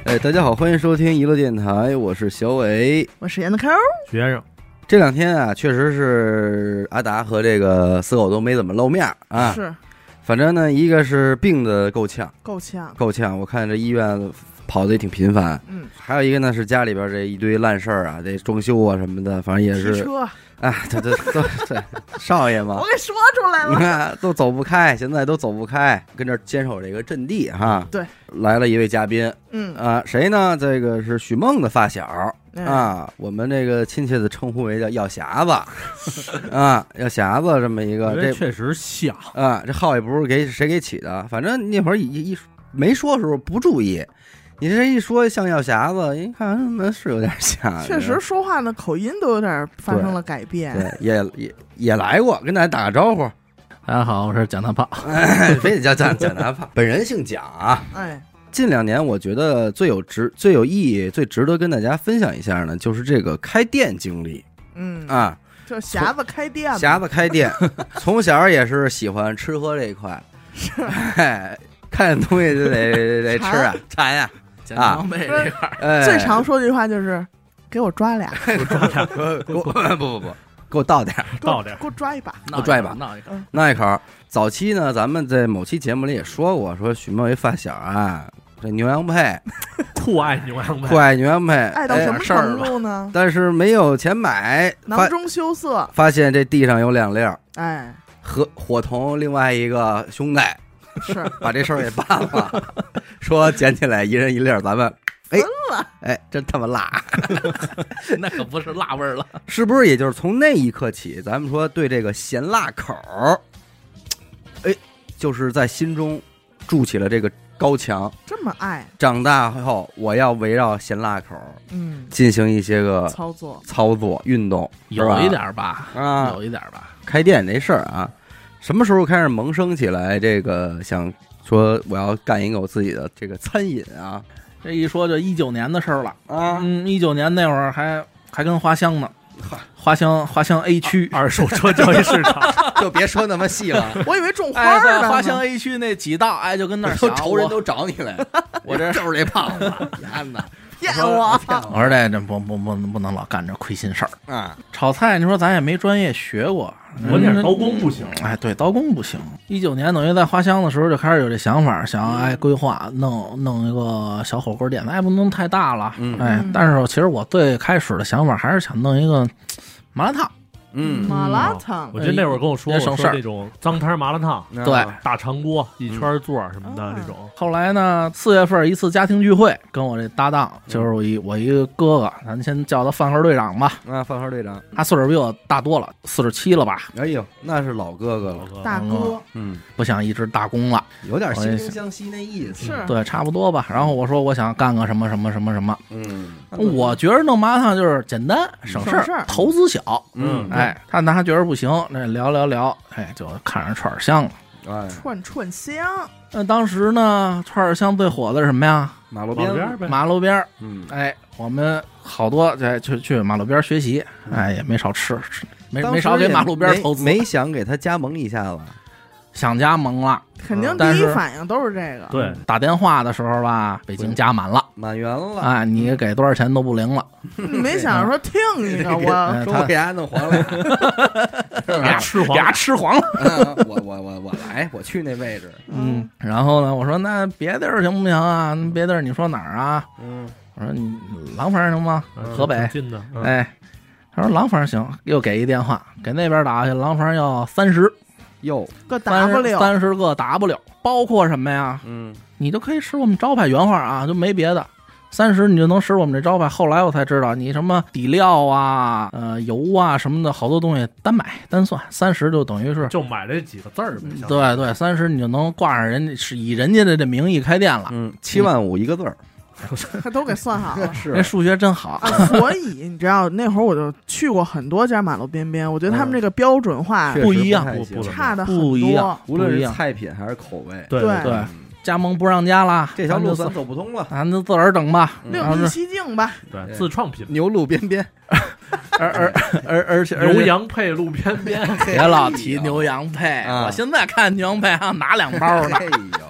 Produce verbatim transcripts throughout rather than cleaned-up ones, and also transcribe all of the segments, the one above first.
哎，大家好，欢迎收听娱乐电台，我是小伟， 我是严子抠， 徐先生。 这两天啊，确实是阿达和这个死狗都没怎么露面啊。 是， 反正呢，一个是病的够呛， 够呛， 够呛。我看这医院跑的也挺频繁。 嗯， 还有一个呢是家里边这一堆烂事儿啊，这装修啊什么的，反正也是。 骑车， 啊，对对对对，少爷嘛， 我给说出来了。 你看都走不开，现在都走不开，跟这儿坚守这个阵地哈。 对， 来了一位嘉宾， 嗯啊，谁呢？这个是许梦的发小。 嗯、 啊，我们这个亲切的称呼为叫药匣子啊，药匣子这么一个，这确实像啊，这号也不是给谁给起的，反正那会儿一一没说的时候不注意，你这一说像药匣子，一看那是有点像， 确实说话的口音都有点发生了改变。 对，也也也来过，跟大家打个招呼。 大家好，我是蒋大炮， 哎，非得叫蒋蒋大炮，本人姓蒋啊。 哎。 近两年，我觉得最有值、最有意义、最值得跟大家分享一下呢，就是这个开店经历。 嗯啊， 就匣子开店， 匣子开店，从小也是喜欢吃喝这一块， 是， 哎，看见东西就得得吃啊，馋呀啊！ 哎，最常说的一句话就是给我抓俩， 给我抓俩， 给我不不不，给我倒点， 倒点， 给我抓一把， 给我抓一把， 闹一口， 闹一口。早期呢，咱们在某期节目里也说过，说许梦一发小啊。这牛羊配， 酷爱牛羊配， 酷爱牛羊配， 爱到什么程度呢？ 哎、但是没有钱买， 囊中羞涩， 发现这地上有两粒儿， 哎， 和伙同另外一个兄弟是把这事儿给办了，说捡起来一人一粒儿，咱们哎哎，真他妈辣， 那可不是辣味儿了， 是不是？也就是从那一刻起，咱们说对这个咸辣口儿，哎，就是在心中筑起了这个。高强这么爱， 长大后我要围绕咸辣口， 嗯， 进行一些个操作、 操作、运动， 有一点吧， 啊， 有一点吧。 开店这事儿啊，什么时候开始萌生起来？这个想说我要干一个我自己的这个餐饮啊， 这一说就一九年的事儿了啊， 嗯，一九年那会儿还还跟花乡呢。花乡花乡 A 区二手车交易市场， 就别说那么细了。 我以为种花呢。 哎、花乡 A 区那几道，哎，就跟那儿都仇人都找你来。 我这就是这胖子，丫的骗我！ 我说这这不不不不能老干这亏心事儿啊！ 炒菜，你说咱也没专业学过， 关键是刀工不行。 哎，对，刀工不行。一九年等于在花乡的时候就开始有这想法，想哎规划弄弄一个小火锅店，哎不能太大了， 嗯、 哎，但是其实我最开始的想法还是想弄一个麻辣烫。 嗯， 麻辣烫， 我记得那会儿跟我说，我说那种脏摊麻辣烫， 对， 大长锅一圈座什么的这种。 后来呢，四月份一次家庭聚会，跟我这搭档就是我一我一个哥哥，咱先叫他饭盒队长吧。 啊，饭盒队长， 他岁数比我大多了，四十七了吧？ 哎呦，那是老哥哥了， 大哥， 嗯， 不想一直打工了， 有点惺惺相惜那意思， 是对，差不多吧。然后我说我想干个什么什么什么什么， 嗯， 我觉得弄麻辣烫就是简单省事儿，投资小， 嗯， 哎，他他觉得不行，那聊聊聊，哎，就看上串香了， 哎， 串串香。 那当时呢，串香最火的是什么呀？ 马路边呗， 马路边， 嗯， 哎，我们好多在去去马路边学习，哎，也没少吃，没没少给马路边投资， 没想给他加盟一下子。 想加盟了， 肯定第一反应都是这个。 对， 打电话的时候吧，北京加满了， 满员了， 哎，你给多少钱都不灵了。 你没想着说听一个，我说我给伢弄黄了， 俩吃黄，俩吃黄了。 我我我我来，我去那位置。 嗯，然后呢，我说那别地儿行不行啊？别地儿你说哪儿啊？ 嗯， 我说你廊坊行吗？河北近的。 哎，他说廊坊行，又给一电话，给那边打去，廊坊要三十。 哟， 个 W 三十个 W， 包括什么呀？ 嗯， 你就可以吃我们招牌原话啊，就没别的。三十你就能吃我们这招牌。后来我才知道，你什么底料啊、呃油啊什么的，好多东西单买单算。三十就等于是就买这几个字儿呗。 对对，三十你就能挂上人家是以人家的这名义开店了。 嗯，七万五一个字儿。 他都给算好了， 是这数学真好、 啊。所以你知道那会儿我就去过很多家马路边边，我觉得他们这个标准化不一样， 差的很多， 不一样， 无论是菜品还是口味。 对对对，加盟不让加了， 这条路咱走不通了， 咱就自个儿整吧， 另辟蹊径吧。 对，自创品， 牛路边边， 而而而而且牛羊配路边边， 别老提牛羊配，我现在看牛羊配还有拿两包呢。 哎呦。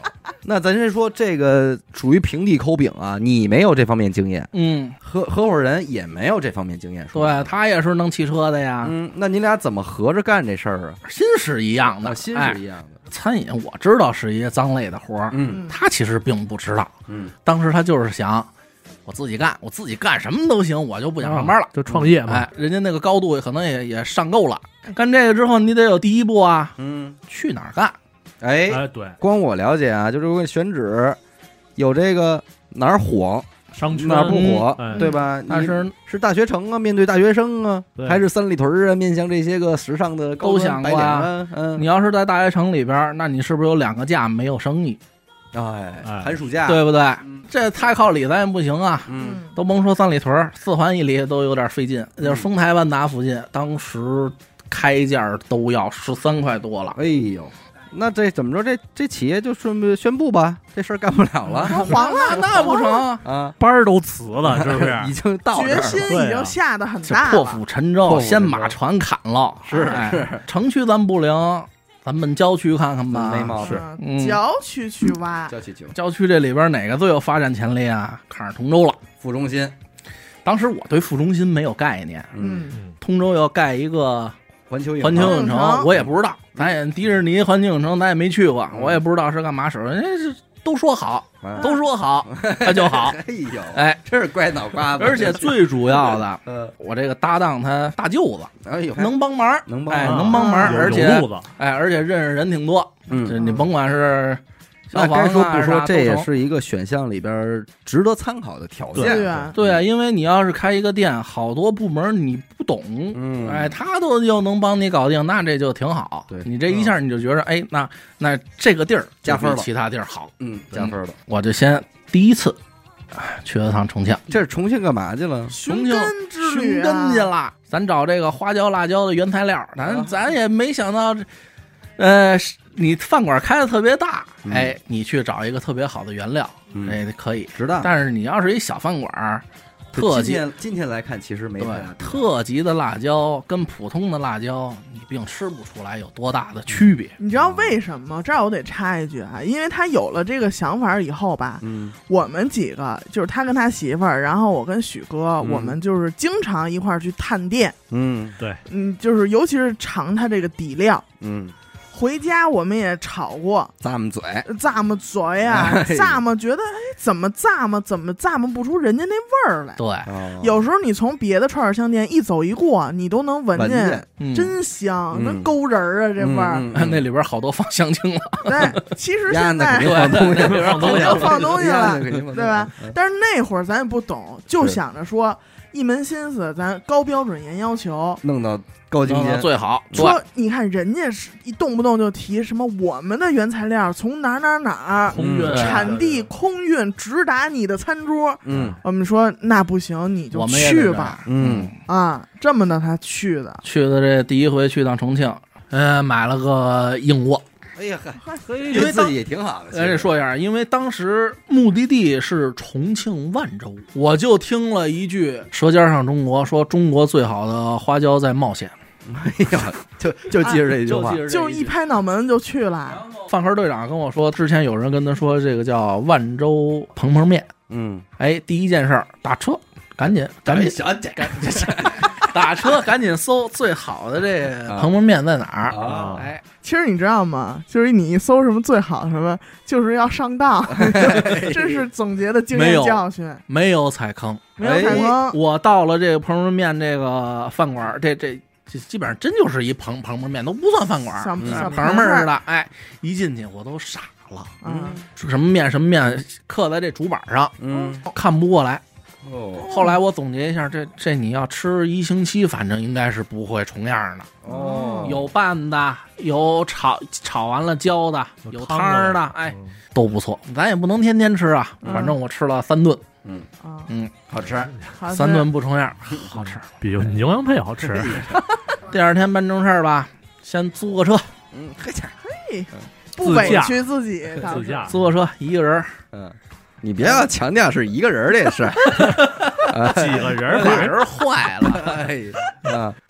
那咱先说这个属于平地抠饼啊，你没有这方面经验， 嗯， 合合伙人也没有这方面经验，说对他也是弄汽车的呀， 嗯，那你俩怎么合着干这事儿啊？ 心是一样的， 啊，心哎是一样的， 餐饮我知道是一个脏累的活儿， 嗯他其实并不知道， 嗯， 当时他就是想我自己干，我自己干什么都行，我就不想上班了， 就创业嘛。 哎，人家那个高度可能也也上够了，干这个之后你得有第一步啊， 嗯， 去哪儿干？ 哎， 哎，对， 光我了解啊，就是选址有这个哪儿火商圈哪儿不火， 嗯哎对吧？ 但是你是大学城啊，面对大学生啊， 对还是三里屯啊，面向这些个时尚的高都端白领想过啊啊，嗯你，要是在大学城里边，那你是不是有两个假没有生意， 哎， 哎寒暑假， 对不对？ 嗯这太靠里咱也不行啊。 嗯， 都甭说三里屯，四环以里都有点费劲。就是丰台万达附近，当时开价都要十三块多了。 哎呦，那这怎么着？这这企业就顺便宣布吧，这事儿干不了了说黄了， 那不成， 啊， 班儿都辞了，是不是？ 已经到这决儿了， 心已经下的很这大了。 破釜沉舟， 破釜沉舟先把船砍了。 是哎是， 城区咱不灵，咱们郊区看看吧。 没毛病嗯嗯郊区去挖， 交气球郊区这里边哪个最有发展潜力啊？看上通州了。 副中心， 当时我对副中心没有概念， 嗯， 嗯， 嗯， 通州要盖一个环球影环球影影城城，我也不知道，咱也迪士尼环球影城咱也没去过， 嗯我也不知道是干嘛使的。人家是都说好， 啊都说好，那就好。 哎呦， 哎， 这是乖脑瓜子， 而且最主要的， 呃， 我这个搭档他大舅子哎呦， 能帮忙，哎， 能帮忙能帮忙， 有有而且路子， 哎，而且认识人挺多。 嗯这你甭管是消那防啊该说不说， 啥这也都成是一个选项里边值得参考的条对件。 啊， 对啊，因为你要是开一个店，好多部门你不懂， 嗯， 哎，他都又能帮你搞定，那这就挺好。 对你这一下你就觉着，哎，那那这个地儿就加分了比其他地儿好。 嗯，加分了。 我就先第一次哎去了趟重庆， 这是重庆干嘛去了？ 寻根之寻旅啊根去了。咱找这个花椒、辣椒的原材料，咱啊咱也没想到这，呃，是你饭馆开的特别大， 嗯哎，你去找一个特别好的原料， 嗯哎，可以。 值当。 但是你要是一小饭馆，特今级天今天来看，其实没对太大特级的辣椒跟普通的辣椒，你并吃不出来有多大的区别。 你知道为什么吗？这儿我得插一句啊，因为他有了这个想法以后吧， 嗯我们几个就是他跟他媳妇儿，然后我跟许哥， 嗯我们就是经常一块儿去探店， 嗯嗯，就是尤其是尝他这个底料。 嗯， 回家我们也吵过， 咂么嘴， 咂么嘴呀， 哎咂么觉得哎，怎么咂么怎么咂么不出人家那味儿来。 对， 哦有时候你从别的串儿香店一走一过，你都能闻见， 闻见嗯真香， 嗯那勾人儿啊，这味儿。 嗯嗯那里边好多放香精了， 对，其实现在鸭子肯定对放东西对对了， 放东西了放东西了鸭子肯定放东西了对吧？ 嗯但是那会儿咱也不懂，就是想着说一门心思，咱高标准严要求。 弄到高精弄得尖， 最好。对， 说你看人家是一动不动就提什么我们的原材料从哪儿哪儿哪儿空运嗯产地空运直达你的餐桌。 嗯我们说那不行，你就我们也去得这吧样。 嗯啊，这么的他去的。 去的这第一回去趟重庆，呃，买了个硬卧。 哎呀嗨， 因为当因为自己也挺好的。其哎， 实这说一下，因为当时目的地是重庆万州，我就听了一句《舌尖上中国》，说中国最好的花椒在茂县， 哎呀，就就记着这句话就记，着这就一一句。 拍脑门就去了。 饭盒队长跟我说，之前有人跟他说这个叫万州蓬蓬面， 嗯， 哎，第一件事儿打车，赶紧赶紧小姐赶紧打车，赶紧搜最好的这个蓬蓬面在哪儿。 啊， 哎， 其实你知道吗？就是你一搜什么最好什么，就是要上当，这是总结的经验没有教训。 没有踩坑。 没有踩坑， 我到了这个蓬蓬面这个饭馆，这这这基本上真就是一蓬蓬蓬面，都不算饭馆， 小嗯小蓬蓬似的。哎，一进去我都傻了， 嗯， 什么面什么面刻在这主板上， 嗯， 看不过来。 哦后来我总结一下，这这你要吃一星期，反正应该是不会重样的。 哦， 有拌的，有炒炒完了浇的，有汤儿的，哎， 嗯都不错。咱也不能天天吃啊， 嗯反正我吃了三顿， 嗯， 啊， 嗯， 好吃， 好吃三顿不重样，好吃。 比营养配好吃。 第二天办正事儿吧，先租个车， 嗯，嘿家， 不委屈自己，倒是自驾租个车一个人儿， 嗯，你别要强调是一个人儿这事儿， 几个人儿， 俩人坏了。 哎啊，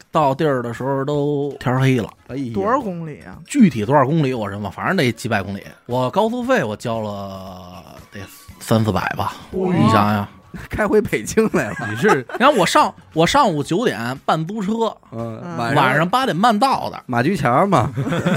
到地儿的时候都天黑了。 哎呀， 多少公里啊？ 具体多少公里我真忘，反正得几百公里。我高速费我交了得三四百吧， 哇你想想。 开回北京来了， 你是，你看我上我上午九点办租车， 嗯， 嗯晚晚上八点半到的。 马驹桥嘛，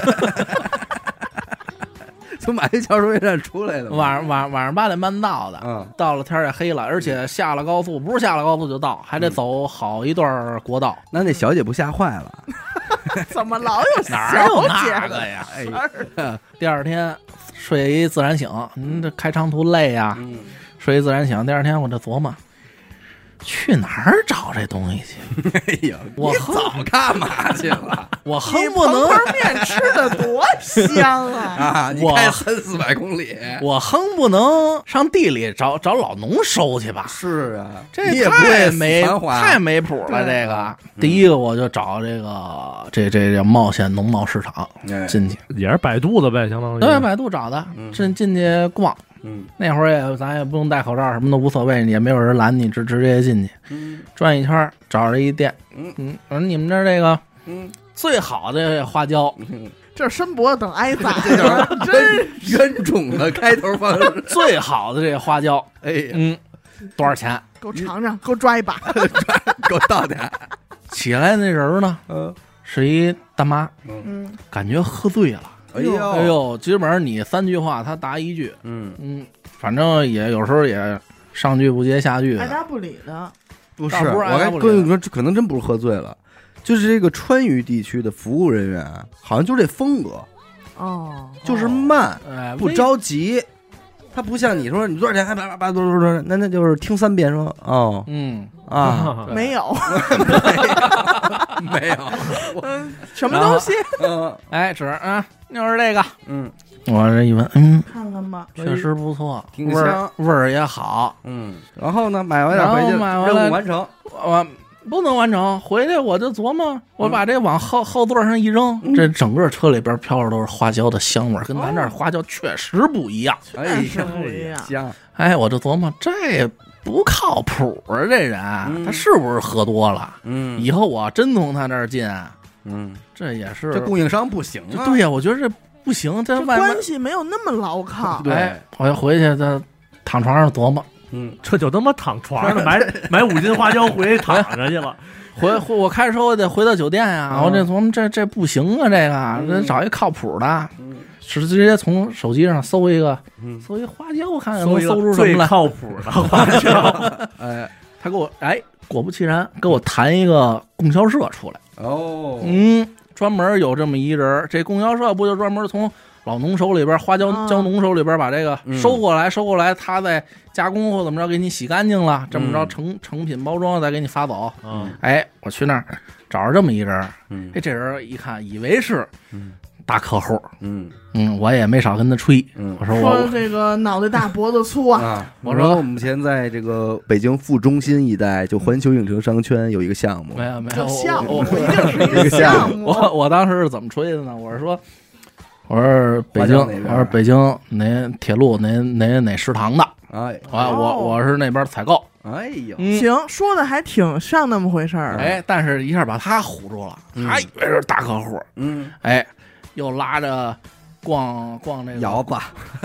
从马驹桥中业站出来的嘛， 晚上晚晚上八点半到的， 嗯， 到了天儿也黑了，而且下了高速，不是下了高速就到，还得走好一段国道。 那那小姐不吓坏了？ 怎么老有哪有小姐那个呀？ 哎哎，第二天睡一自然醒，您这开长途累呀， 嗯， 睡一自然醒。第二天我这琢磨，去哪儿找这东西去？ 哎呀， 我你早干嘛去了我你恨不能盆盆面吃的多香啊！ 啊？你我开三四百公里， 我恨不能上地里找找老农收去吧？ 是啊， 这你也不太会没繁华太没谱了。 对这个第一个我就找这个这这这茂县农贸市场哎进去， 也是百度的呗，相当于。 对，百度找的， 嗯进进去逛。 嗯那会儿也咱也不用戴口罩，什么都无所谓，也没有人拦你，直直接进去嗯转一圈，找着一店， 嗯嗯，我说你们这儿这个嗯最好的花椒， 嗯， 这申博等挨宰， 这叫真冤种的开头方式。 最好的这个花椒， 哎呀， 嗯，多少钱？ 给我尝尝，给我抓一把。 给我倒点。 起来那人呢嗯是一大妈， 嗯， 感觉喝醉了。 哎呦哎，呦，基本上你三句话，他答一句， 嗯， 嗯，反正也有时候也上句不接下句的。 爱答不理的。 不是， 倒不是爱我答不理还跟你说，这可能真不是喝醉了，就是这个川渝地区的服务人员啊，好像就这风格， 哦， 就是慢， 哎， 不着急。他不像你说你多少钱，还叭叭叭多少多少，那那就是听三遍说哦嗯， 啊， 对没有， 没有， 嗯，什么东西？ 嗯哎，指啊，就是这个。 嗯我这一闻，嗯， 看看吧。 确实不错， 挺味儿香味儿也好。 嗯，然后呢，买完点回然去， 后买完了任务完成。 我不能完成，回去我就琢磨，我把这往后后座上一扔， 嗯这整个车里边飘着都是花椒的香味儿，跟咱这儿花椒确实不一样。 哎但是呀， 不一样。 香， 哎，我就琢磨这不靠谱啊，这人、 嗯他是不是喝多了？ 嗯以后我真从他那儿进， 嗯， 这也是这供应商不行啊。 这对呀、我觉得这不行，这这外面关系没有那么牢靠。 对哎，我要回去再躺床上琢磨， 嗯， 这就他妈躺床上买买五斤花椒回去躺着去了。 回回我开车我得回到酒店呀、 嗯我这琢磨这这不行啊，这个嗯得找一靠谱的， 嗯是直接从手机上搜一个， 嗯搜一花椒，看看搜一个能搜出什么来。 最靠谱的花椒， 哎， 他给我哎，果不其然给我弹一个供销社出来， 哦， 嗯，专门有这么一人，这供销社不就专门从老农手里边花椒啊椒农手里边把这个嗯收过来，收过来，他再加工或怎么着给你洗干净了，这么着嗯成成品包装再给你发走。 嗯， 哎，我去那儿找着这么一人， 嗯哎，这人一看以为是嗯大客户， 嗯嗯，我也没少跟他吹， 嗯我说我说这个脑袋大脖子粗啊， 啊， 我说我说我们前在这个北京副中心一带，就环球影城商圈有一个项目没，有没有这项目我不一定是一个这个项项目。 我我当时是怎么吹的呢？我是说，我说北京， 花椒哪边我说北京哪铁路哪哪哪食堂的， 哎啊，我哦我是那边采购， 哎呦， 嗯， 行，说的还挺像那么回事儿。 哎，但是一下把他唬住了， 嗯他以为是大客户， 嗯， 哎，又拉着逛逛这个摇吧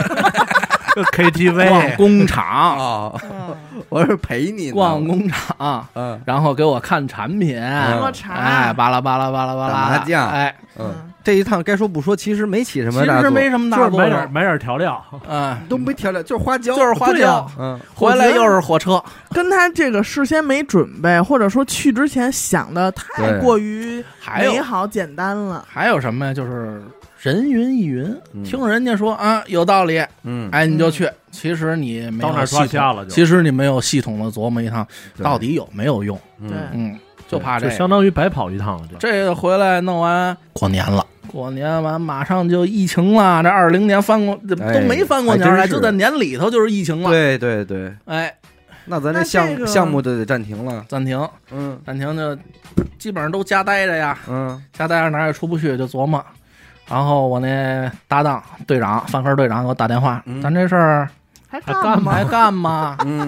K T 逛 V 工厂， 啊， 嗯， 我是陪你呢逛工厂， 嗯然后给我看产品， 喝茶， 哎，巴拉巴拉巴拉巴拉， 打麻将哎， 嗯，这一趟该说不说，其实没起什其么大作， 实没什么就是大作用， 买点买点调料， 嗯， 都没调料，就是花椒， 就是花椒对呀， 嗯回来又是火车， 跟他这个事先没准备，或者说去之前想的太对过于还有美好简单了。 还有什么呀？就是人云亦云， 嗯听人家说啊有道理， 嗯， 哎你就去。其实你没到那儿有系统， 抓瞎了就， 其实你没有系统的琢磨一趟对到底有没有用。 嗯对嗯，就怕这个。 就相当于白跑一趟了，就这个回来弄完过年了，过年完马上就疫情了。这二零年翻过这哎都没翻过年来， 还真是就在年里头就是疫情了。 对对对， 哎， 那咱那这项这个项目就得暂停了， 暂停， 嗯暂停就基本上都家待着呀， 嗯家待着哪儿也出不去，就琢磨。然后我那搭档队长范科队长给我打电话， 嗯咱这事儿还还干干嘛？ 还干吗？ 嗯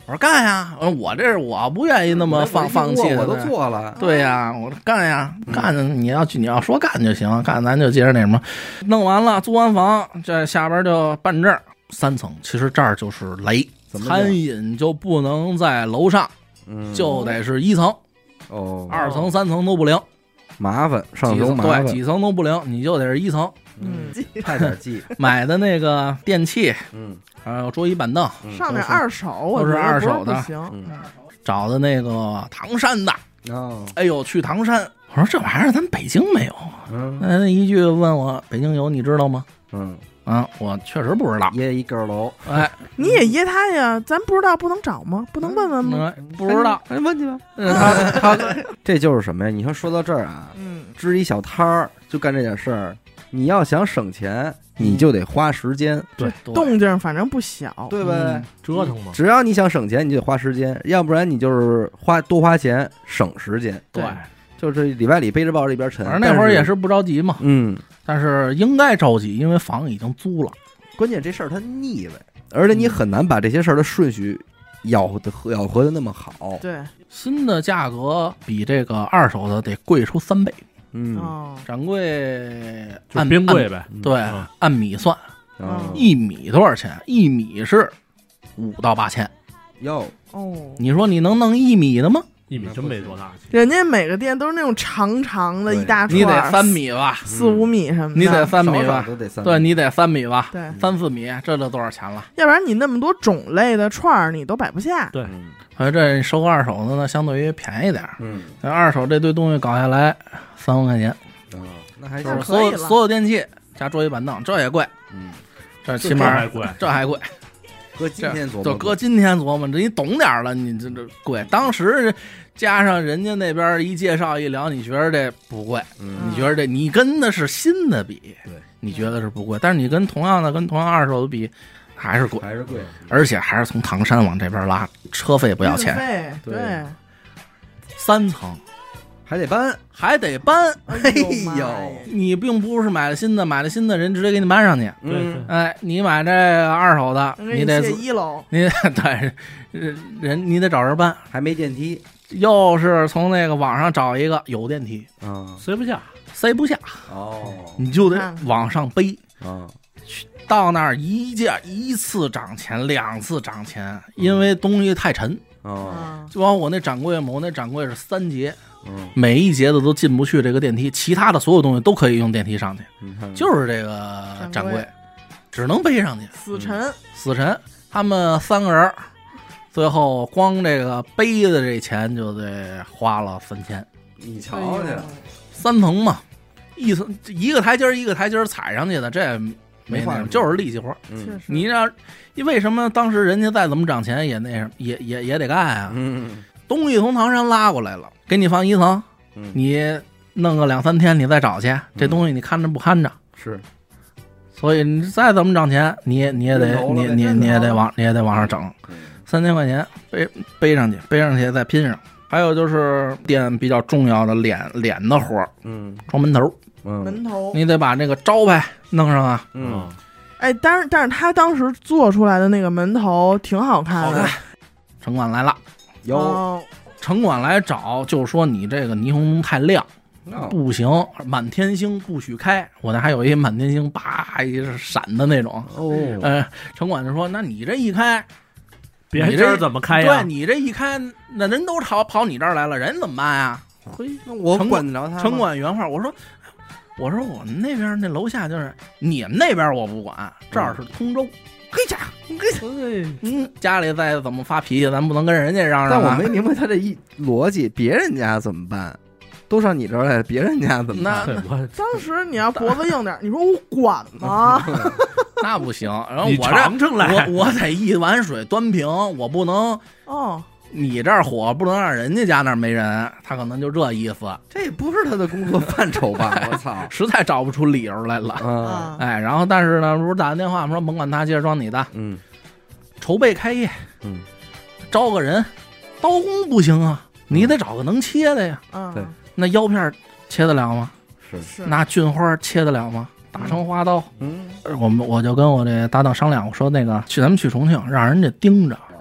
我说干呀，我说我这是我不愿意那么放放弃的， 我都做了。 对呀，我说干呀，干你要你要说干就行，干咱就接着那什么，弄完了租完房，这下边就办证，三层，其实这儿就是雷，餐饮就不能在楼上， 嗯， 就得是一层， 哦， 二层三层都不灵， 麻烦上楼麻烦， 对，几层都不灵，你就得是一层。 嗯， 差点记。 买的那个电器， 嗯， 还有桌椅板凳， 上点二手， 都是二手的， 行。 找的那个唐山的， 哦， 哎呦，去唐山，我说这玩意儿咱北京没有， 嗯， 那一句问我北京有，你知道吗？ 嗯。 啊，我确实不知道。 掖一个楼， 哎， 你也掖他呀？咱不知道，不能找吗？不能问问吗？ 嗯、不知道， 哎，问去吧。 他他这就是什么呀？你说说到这儿啊， 嗯， 支一小摊儿就干这点事儿。你要想省钱，你就得花时间。 对， 动静反正不小， 对呗、 嗯？折腾嘛。 只要你想省钱，你就得花时间，要不然你就是花多花钱省时间。 对， 就是里外里背着抱着一边沉。 反正那会儿也是不着急嘛。 嗯。 但是应该着急，因为房已经租了。 关键这事儿它腻歪，而且你很难把这些事儿的顺序咬的咬合的那么好。 对， 新的价格比这个二手的得贵出三倍。 嗯， 哦、 掌柜按冰柜呗， 对， 嗯、 按米算， 嗯、 一米多少钱？一米是五到八千。 哟， 哦， 你说你能弄一米的吗？ 一米真没多大钱， 人家每个店都是那种长长的一大串， 你得三米吧， 四五米什么的， 你得三米吧， 都得三米， 对你得三米吧， 对， 三四米，这都多少钱了？ 要不然你那么多种类的串儿，你都摆不下。 对， 而这收个二手的呢，相对于便宜点， 嗯， 二手这堆东西搞下来三万块钱， 嗯，那还是所有所有电器加桌椅板凳，这也贵， 嗯， 这起码还贵， 这还贵。 搁今天琢磨， 就搁今天琢磨，这你懂点了，你这这贵。当时加上人家那边一介绍一聊，你觉得这不贵？ 嗯， 你觉得这你跟的是新的比， 对， 你觉得是不贵，但是你跟同样的跟同样二手的比，还是贵， 还是贵， 而且还是从唐山往这边拉，车费不要钱， 对， 三层。 还得搬， 还得搬。 哎呦， 你并不是买了新的，买了新的人直接给你搬上去。 嗯， 哎，你买这个二手的，你得一楼， 你对人你得找人搬， 还没电梯， 又是从那个网上找一个有电梯， 啊， 塞不下， 塞不下， 哦， 你就得往上背啊。 到那儿一件一次涨钱，两次涨钱，因为东西太沉。 哦， 就包括我那掌柜嘛，我那掌柜是三节。 嗯， 每一节的都进不去这个电梯，其他的所有东西都可以用电梯上去， 嗯、 就是这个掌柜只能背上去。 死沉， 死沉，他们三个人，最后光这个背的这钱就得花了三千。 你瞧去， 三层嘛，一层一个台阶一个台阶踩上去的，这没话， 就是力气活。 嗯， 你这为什么当时人家再怎么涨钱也那什么也也也得干啊？ 嗯。 东西从唐山拉过来了，给你放一层， 嗯、 你弄个两三天，你再找去，这东西你看着不看着？ 是， 所以你再怎么涨钱，你也你也得你你你也得往你也得往上整， 嗯、 三千块钱背背上去，背上去再拼上。还有就是店比较重要的脸脸的活， 嗯， 装门头， 嗯， 门头， 你得把这个招牌弄上啊， 嗯， 哎，但是但是他当时做出来的那个门头挺好看的， 城管来了。 有、 哦、 城管来找，就说你这个霓虹灯太亮， 哦、 不行，满天星不许开。我那还有一满天星，啪一闪的那种。 哦， 呃，城管就说：“那你这一开， 别人怎么开呀？ 对你这一开，那人都跑跑你这儿来了，人怎么办呀？” 嘿，那我管得着他？ 城管原话，我说：“我说我们那边那楼下就是你们那边我不管，这儿是通州。”嘿家，嗯，家里再怎么发脾气，咱不能跟人家嚷嚷。 但我没明白他这一逻辑，别人家怎么办？都上你这儿来，别人家怎么办？ 当时你要脖子硬点，你说我管吗？ 那不行。然后我尝尝来， 我我得一碗水端平，我不能哦。 你这儿火不能让人家家那儿没人，他可能就这意思。 这也不是他的工作范畴吧？我操， 实在找不出理由来了。 嗯， 哎，然后但是呢，不是打个电话说甭管他，接着装你的。 嗯， 筹备开业， 嗯， 招个人，刀工不行啊，你得找个能切的呀。 嗯， 对， 那腰片切得了吗？ 是是。 那菌花切得了吗？打成花刀。 嗯， 我们我就跟我这搭档商量，我说那个去咱们去重庆，让人家盯着。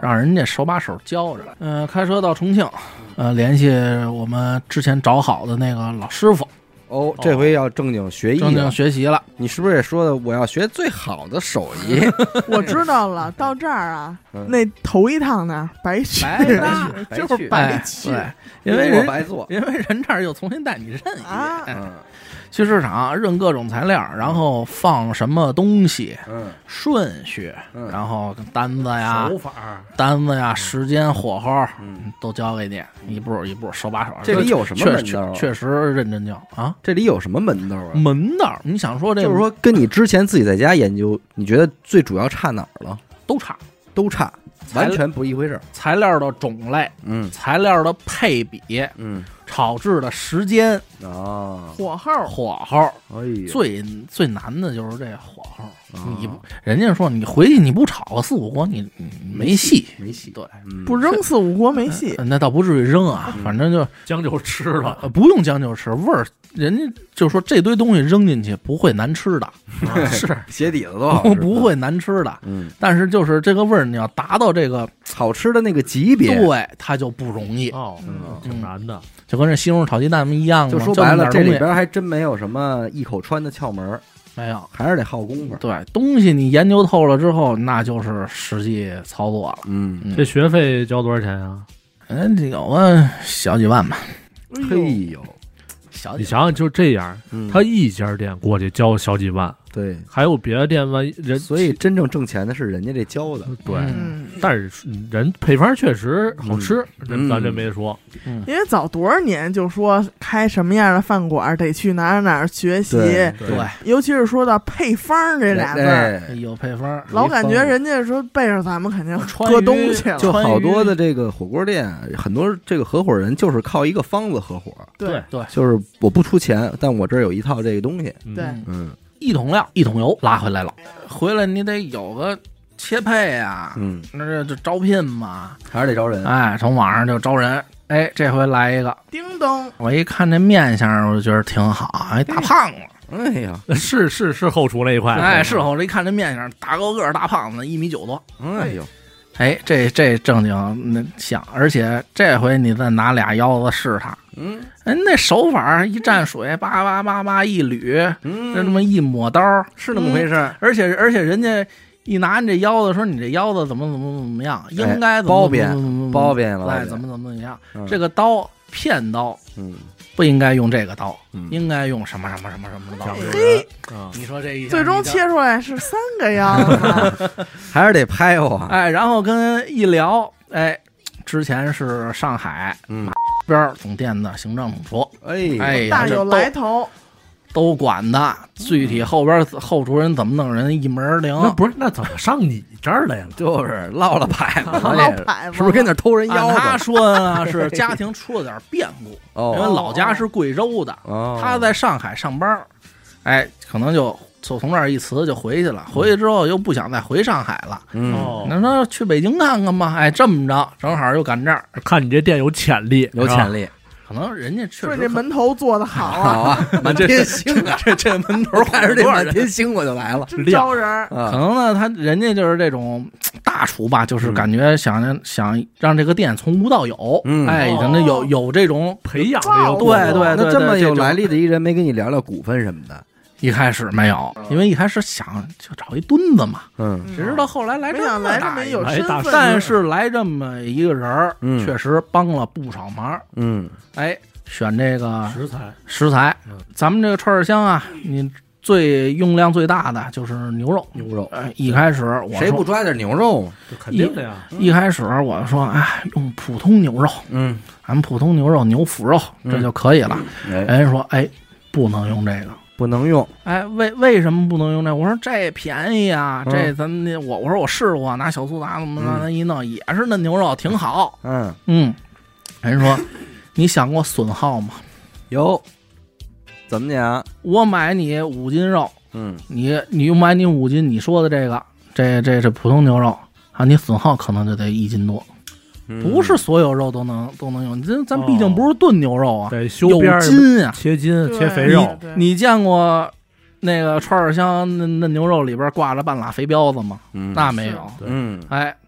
让人家手把手教着。嗯、呃，开车到重庆，呃，联系我们之前找好的那个老师傅。 哦，这回要正经学艺了， 正经学习了。 你是不是也说的我要学最好的手艺？ 我知道了，到这儿啊， 嗯、 那头一趟呢，白去， 白去就是白去， 哎、对，因为人白做， 因为人这儿又重新带你认一遍。 啊嗯去市场认各种材料，然后放什么东西， 嗯， 顺序， 嗯、 然后单子呀、 手法、 单子呀、时间、火候， 嗯， 都教给你，一步一步，手把手。 这里有什么门道、啊？ 确实认真教啊！ 这里有什么门道啊？ 门道，你想说这， 就是说跟你之前自己在家研究，你觉得最主要差哪儿了？ 都差， 都差，完全不一回事。 材料的种类， 嗯， 材料的配比， 嗯。 炒制的时间啊， 火候， 火候， 哎呦， 最最难的就是这火候。 啊、 你人家说你回去你不炒个四五锅，你你没戏， 没戏。 对， 嗯、 不扔四五锅没戏、 呃。那倒不至于扔啊， 嗯、 反正就将就吃了， 呃、不用将就吃，味儿人家就说这堆东西扔进去不会难吃的，啊、是鞋底子都好吃， 不会难吃的。 嗯， 但是就是这个味儿，你要达到这个好吃的那个级别， 对，它就不容易哦，嗯，挺难的。 就跟这西红柿炒鸡蛋一样， 就说白了，这里边还真没有什么一口穿的窍门， 没有， 还是得耗功夫。 对，东西你研究透了之后，那就是实际操作了。 嗯， 这学费交多少钱啊？ 嗯，有个小几万吧。 嘿呦， 小你想想，就这样， 嗯、 他一家店过去交小几万， 对， 还有别的店吧人， 所以真正挣钱的是人家这教的， 对。 嗯、 但是人配方确实好吃， 嗯、 咱这没说。 嗯， 因为早多少年就说开什么样的饭馆得去哪儿哪儿学习， 对， 对， 尤其是说到配方这俩字儿， 哎、有配方， 老感觉人家说背着咱们肯定搁东西了， 就好多的这个火锅店，很多这个合伙人就是靠一个方子合伙， 对对， 就是我不出钱，但我这儿有一套这个东西， 对， 嗯， 一桶料一桶油拉回来了，回来你得有个切配啊， 嗯， 那这这招聘嘛， 还是得招人， 哎，从网上就招人，哎，这回来一个， 叮咚， 我一看这面相，我就觉得挺好，哎，大胖子。 哎呀， 是是是后厨那一块， 哎，是后这一看这面相，大高个大胖子，一米九多， 哎呦， 哎，这这正经那像，而且这回你再拿俩腰子试他， 嗯， 人那手法一蘸水，叭叭叭叭一捋， 嗯， 就这么一抹刀， 是那么回事、 嗯。而且而且人家一拿你这腰子说你这腰子怎么怎么怎么样，应该怎么包贬包贬了， 哎，怎么怎么怎么样， 嗯、 这个刀片刀， 嗯。 不应该用这个刀， 嗯、 应该用什么什么什么什么刀。 嘿， 你说这一最终切出来是三个腰子， 还是得拍我。 哎，然后跟一聊，哎，之前是上海嗯边总店的行政主厨， 哎哎， 大有来头， 都管的。具体后边后厨人怎么弄人一门灵。 那不是那怎么上你这儿来了？ 就是落了牌子， 落牌子， 是不是跟那偷人腰子？ 他说呢是家庭出了点变故， 哦、 因为老家是贵州的， 哦、 他在上海上班，哎，可能就就从这儿一辞就回去了。回去之后又不想再回上海了， 嗯， 那说去北京看看吧。哎，这么着正好又赶这儿， 看你这店有潜力， 有潜力。 可能人家确实这门头做的好啊， 好啊，满天星啊， 这这门头看着这满天星我就来了， 真招人。 可能呢，他人家就是这种大厨吧，就是感觉想想让这个店从无到有， 嗯、 哎，人家有有这种培养这个， 对对对， 那这么有来历的一人没跟你聊聊股份什么的？ 一开始没有，因为一开始想就找一墩子嘛， 嗯， 谁知道后来来这么来这么有身份， 但是来这么一个人， 嗯， 确实帮了不少忙， 嗯， 哎。选这个食材， 食材，咱们这个串儿香啊，你最用量最大的就是牛肉， 牛肉。 哎，一开始我谁不抓点牛肉？ 肯定的呀。 一开始我说，哎，用普通牛肉， 嗯， 咱们普通牛肉、牛腹肉这就可以了。人家说，哎，不能用这个， 不能用。 哎，为为什么不能用这？我说这便宜啊，这咱们我我说我试过，拿小苏打怎么拿一弄，也是那牛肉挺好。 嗯嗯，人说。你想过损耗吗？ 有，怎么讲？ 我买你五斤肉， 嗯， 你你又买你五斤，你说的这个，这这这普通牛肉啊，你损耗可能就得一斤多， 嗯、 不是所有肉都能都能用。这咱毕竟不是炖牛肉啊， 得、哦、修边有筋啊， 切筋切肥肉。 你你见过那个串儿香那那牛肉里边挂着半拉肥膘子吗？ 嗯， 那没有。 嗯， 哎。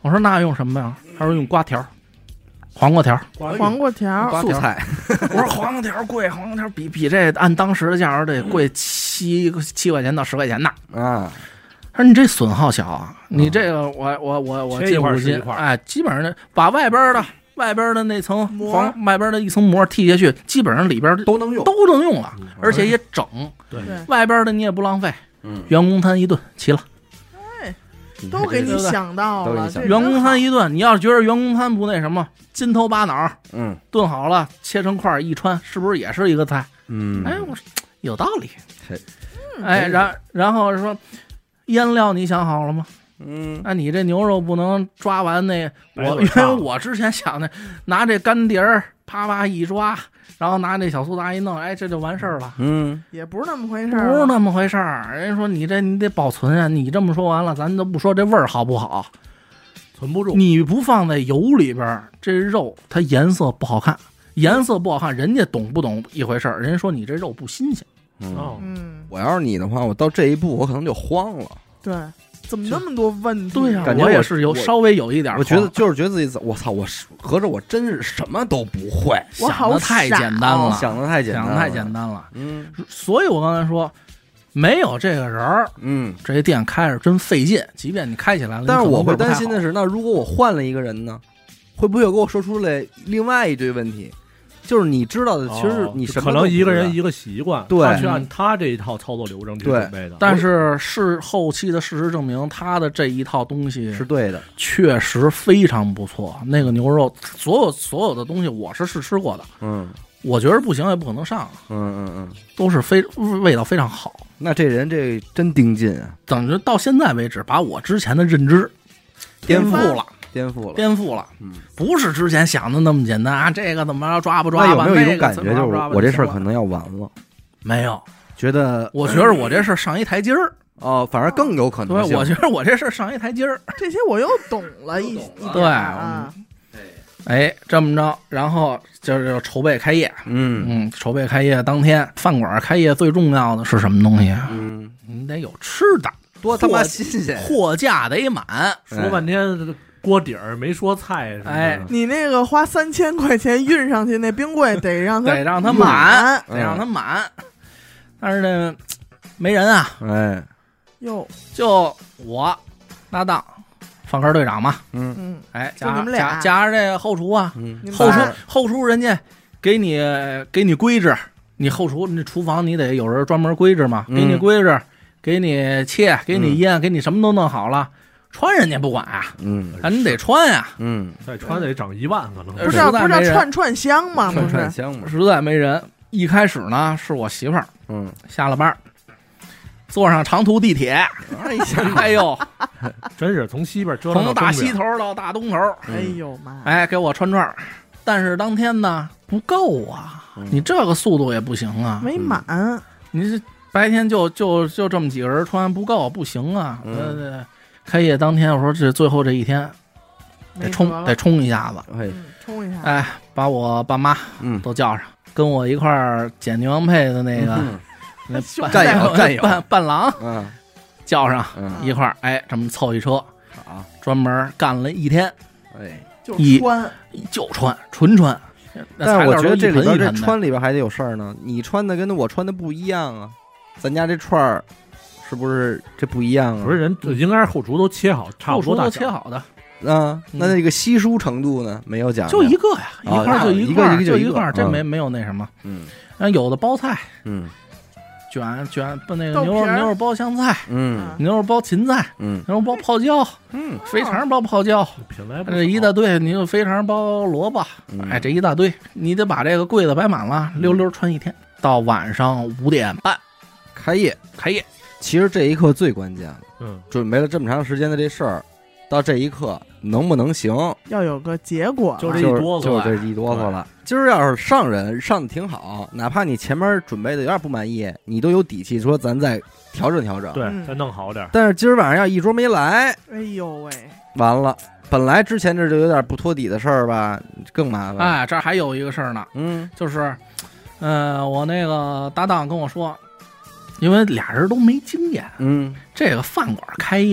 我说那用什么呀？他说用瓜条，黄瓜条， 黄瓜条， 素菜。 我说黄瓜条贵，黄瓜条比比这按当时的价格得贵七七块钱到十块钱呢。 啊， 他说你这损耗小啊，你这个我我我我进五斤，哎，基本上把外边的外边的那层黄外边的一层膜剔下去，基本上里边都能用， 都能用了，而且也整。 对， 外边的你也不浪费， 嗯， 员工餐一顿齐了。 都给你想到了， 员工餐一顿，你要是觉得员工餐不那什么，筋头巴脑， 嗯， 炖好了切成块一穿，是不是也是一个菜？ 嗯， 哎，我说有道理。 嘿， 哎，然然后说腌料你想好了吗？ 嗯， 那你这牛肉不能抓完那我，因为我之前想的拿这干碟儿啪啪一抓，然后拿那小苏打一弄，哎，这就完事儿了。 嗯， 也不是那么回事儿， 不是那么回事儿。人家说你这你得保存啊，你这么说完了，咱都不说这味儿好不好， 存不住。 你不放在油里边，这肉它颜色不好看，颜色不好看，人家懂不懂一回事儿？人家说你这肉不新鲜。 哦， 嗯， 我要是你的话，我到这一步我可能就慌了。 对。怎么那么多问题？ 对呀、啊， 感觉我也是有稍微有一点， 我觉得就是觉得自己，我操，我合着我真是什么都不会， 我想的太简单了， 想的太简单了， 想的太简单了。 嗯， 所以我刚才说，没有这个人儿， 嗯， 这店开着真费劲。即便你开起来了， 但是我会担心的是，那如果我换了一个人呢，会不会有给我说出来另外一堆问题？就是你知道的，其实你什么可能一个人一个习惯， 对， 他去按他这一套操作流程去准备的。 但是是后期的事实证明，他的这一套东西是对的， 确实非常不错。那个牛肉，所有所有的东西我是试吃过的， 嗯， 我觉得不行也不可能上， 嗯嗯嗯， 都是非味道非常好。 那这人这真盯紧啊！ 等着到现在为止，把我之前的认知颠覆了。 颠覆了， 颠覆了， 嗯， 不是之前想的那么简单啊！这个怎么着抓不抓？ 那有没有一种感觉，就是我这事儿可能要完了？ 没有， 觉得我觉得我这事儿上一台阶儿哦，反而更有可能。 对，我觉得我这事儿上一台阶儿， 这些我又懂了一对啊。 哎，这么着，然后就是筹备开业， 嗯嗯，筹备开业当天，饭馆开业最重要的是什么东西？ 嗯， 你得有吃的， 多他妈新鲜， 货架得满。 说半天。锅底儿没说菜， 哎， 你那个花三千块钱运上去那冰柜得让它得让它满， 得让它满。但是呢，没人啊， 哎， 哟， 就我搭档放科队长嘛， 嗯嗯， 哎， 就你们俩加加上这个后厨啊， 嗯， 后厨后厨人家给你给你规制，你后厨你厨房你得有人专门规制嘛，给你规制，给你切，给你腌，给你什么都弄好了。穿人家不管啊， 嗯， 啊你得穿呀， 嗯， 再穿得涨一万可能。 不是不是叫串串香吗？ 串串香嘛， 实在没人。一开始呢是我媳妇儿， 嗯， 下了班，坐上长途地铁， 哎呀， 哎呦， 真是从西边折腾从大西头到大东头， 哎呦妈， 哎给我穿串，但是当天呢不够啊，你这个速度也不行啊， 没满， 你这白天就就就这么几个人穿不够不行啊，对对。开业当天，我说这最后这一天得冲得冲一下子， 哎， 冲一下， 哎，把我爸妈嗯都叫上，跟我一块儿捡牛羊配的那个那战友战友伴伴郎， 嗯， 叫上一块儿，哎，这么凑一车啊， 专门干了一天， 哎， 就穿就穿纯穿， 但是我觉得这里边这穿里边还得有事儿呢，你穿的跟我穿的不一样啊，咱家这串儿。是不是这不一样啊？ 不是人应该是后厨都切好，差不多大小，后厨都切好的。 啊，那那个稀疏程度呢？没有讲， 就一个呀，一块就一块，就一块，这没没有那什么。 嗯， 然后有的包菜， 嗯， 卷卷不那个牛肉牛肉包香菜， 嗯， 牛肉包芹菜， 嗯， 牛肉包泡椒， 嗯， 肥肠包泡椒，这一大堆，你就肥肠包萝卜，哎，这一大堆，你得把这个柜子摆满了，溜溜穿一天，到晚上五点半开业， 开业。 其实这一刻最关键了， 嗯， 准备了这么长时间的这事儿，到这一刻能不能行， 要有个结果， 就这一哆嗦， 就是这一哆嗦了。今儿要是上人上的挺好，哪怕你前面准备的有点不满意，你都有底气说咱再调整调整， 对，再弄好点。 但是今儿晚上要一桌没来， 哎呦喂， 完了。本来之前这就有点不托底的事儿吧，更麻烦。 哎，这还有一个事儿呢， 嗯， 就是，呃，我那个搭档跟我说。因为俩人都没经验， 嗯， 这个饭馆开业呀，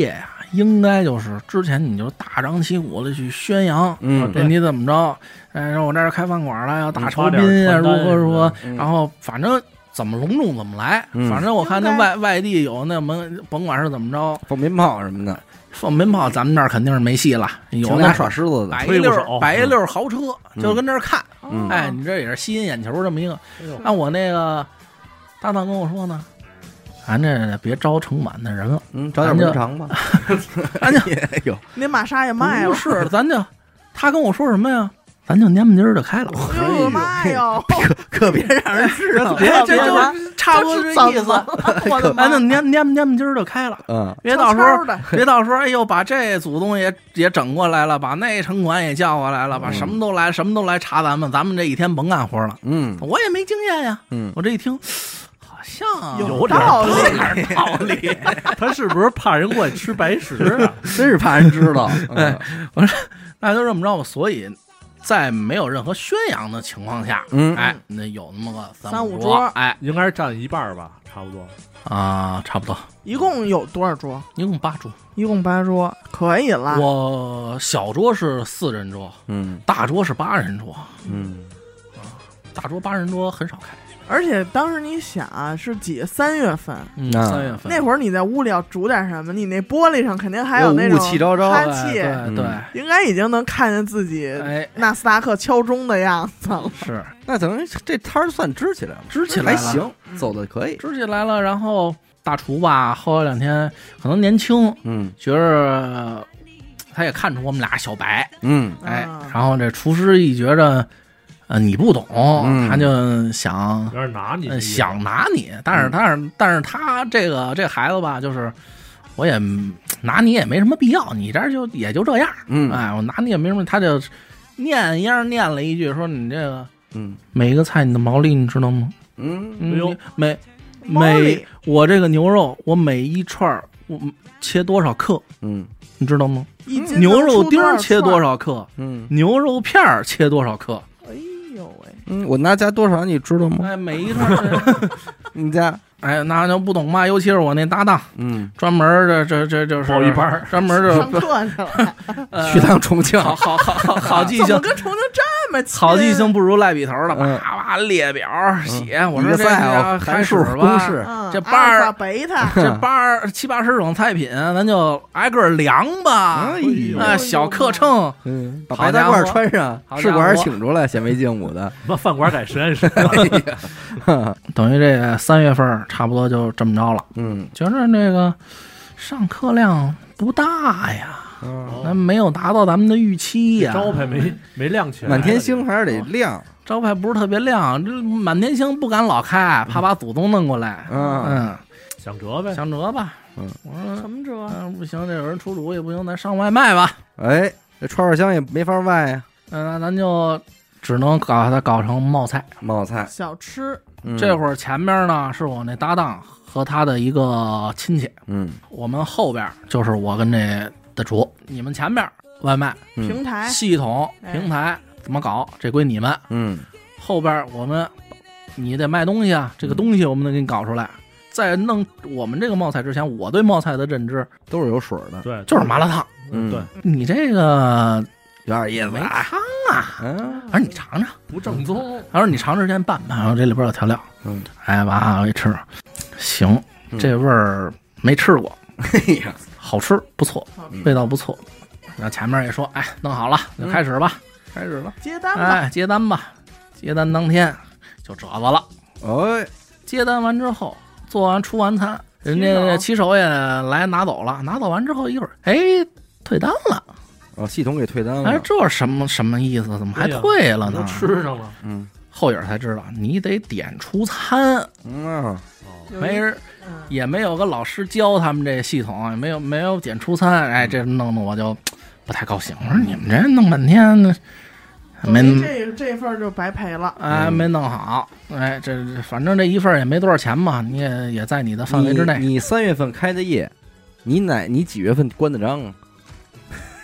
应该就是之前你就大张旗鼓的去宣扬， 嗯说你怎么着，哎，说我这儿开饭馆了，要大酬宾啊，如何如何，然后反正怎么隆重怎么来， 嗯、 反正我看那外外地有那门，甭管是怎么着， 放鞭炮什么的， 放鞭炮咱们这儿肯定是没戏了，有那耍狮子的， 摆一溜摆一溜豪车， 嗯、 就跟这儿看， 嗯、 哎，你这也是吸引眼球这么一个。按我那个搭档跟我说呢。咱这别招城满的人了， 嗯，找点门长吧。 咱就有那玛莎也卖了， 不是，咱就他跟我说什么呀？咱就蔫不唧儿就开了。 哎呦妈哟！ 可可别让人知道， 别这就差不多这意思。咱就蔫蔫不蔫不唧儿就开了。 嗯， 别到时候别到时候，哎呦，把这祖宗也也整过来了，把那城管也叫过来了，把什么都来什么都来查咱们，咱们这一天甭干活了。 嗯， 我也没经验呀。 嗯， 我这一听。像有道理， 有道理。 他是不是怕人过去吃白食啊？ 真是怕人知道。 哎，我说那就这么着吧。所以在没有任何宣扬的情况下， 嗯， 哎，那有那么个三五桌， 哎， 应该是占一半吧，差不多啊，差不多。 一共有多少桌？ 一共八桌， 一共八桌，可以了。 我小桌是四人桌， 嗯， 大桌是八人桌， 嗯， 啊，大桌八人桌很少开。 而且当时你想啊，是几三月份， 嗯，三月份那会儿你在屋里要煮点什么，你那玻璃上肯定还有那种雾气昭昭， 哈气， 对对， 应该已经能看见自己哎纳斯达克敲钟的样子了。 是， 那等于这摊儿算支起来了， 支起来还行，走的可以， 支起来了。然后大厨吧，后来两天可能年轻， 嗯， 觉着他也看出我们俩小白， 嗯， 哎，然后这厨师一觉着。呃，你不懂， 嗯、 他就想有点拿你、 呃，想拿你，但是，但是，但是他这个这孩子吧，就是我也拿你也没什么必要，你这就也就这样， 嗯， 哎，我拿你也没什么，他就念一样念了一句，说你这个， 嗯， 每一个菜你的毛利你知道吗？ 嗯， 嗯每每我这个牛肉，我每一串我切多少克？嗯，你知道吗？ 一斤牛肉丁切多少克？ 嗯， 牛肉片切多少克？ 嗯，我那加多少你知道吗？ 哎，每一串你加， 哎，那就不懂嘛。尤其是我那搭档， 嗯， 专门的这这就是报一班， 专门的上课去了， 呃、 去趟重庆， 好好好好好记性， 怎么跟重庆这么近？ 好记性不如赖笔头了， 嗯、 叭叭列表写。 嗯、 我说这个函数公式， 嗯、 这八儿贝塔， 这八儿七八十种菜品，咱就挨个量吧。 哎呦，小克秤， 嗯，把白大褂穿上，试管请出来，显微镜舞的。 那饭馆改实验室了， 等于这三月份差不多就这么着了。 嗯， 觉着这个上课量不大呀，那、嗯、没有达到咱们的预期呀。 招牌没没亮起来， 满天星还是得亮。 招牌不是特别亮，这满天星不敢老开，怕把祖宗弄过来。 嗯嗯， 想辙呗， 想辙吧。 嗯， 我说什么辙？ 嗯，不行，这有人出主意，不行，咱上外卖吧。 哎，这串串香也没法卖呀。 嗯，那咱就只能搞它搞成冒菜。 冒菜小吃。 嗯、 这会儿前边呢是我那搭档和他的一个亲戚。 嗯， 我们后边就是我跟这的主，你们前边外卖、 嗯、 平台系统平台。怎么搞？这归你们。 嗯， 后边我们你得卖东西啊，这个东西我们得给你搞出来。嗯、在弄我们这个冒菜之前，我对冒菜的认知都是有水的， 对， 就是麻辣烫。 嗯， 对， 你这个有点意思， 没汤啊。 嗯， 我说你尝尝， 不正宗。 他说你尝试先拌拌，然后这里边有调料。 嗯， 哎，完了一吃，行，这味儿没吃过， 哎呀， 好吃，不错，味道不错。那前面也说，哎，弄好了就开始吧。开始了， 接单吧， 哎，接单吧，接单当天就褶子了。 哎， 接单完之后，做完出完餐，人家骑手也来拿走了，拿走完之后一会儿，哎，退单了。 哦，系统给退单了。 哎，这是什么什么意思？怎么还退了呢？ 都吃上了。 嗯， 后影才知道，你得点出餐。 嗯， 没人，也没有个老师教他们这系统，也没有没有点出餐。哎，这弄得我就不太高兴。我说你们这弄半天呢。没这这份就白赔了， 哎，没弄好，哎，这反正这一份也没多少钱嘛，你也也在你的范围之内。 你三月份开的业，你哪你几月份关的张啊？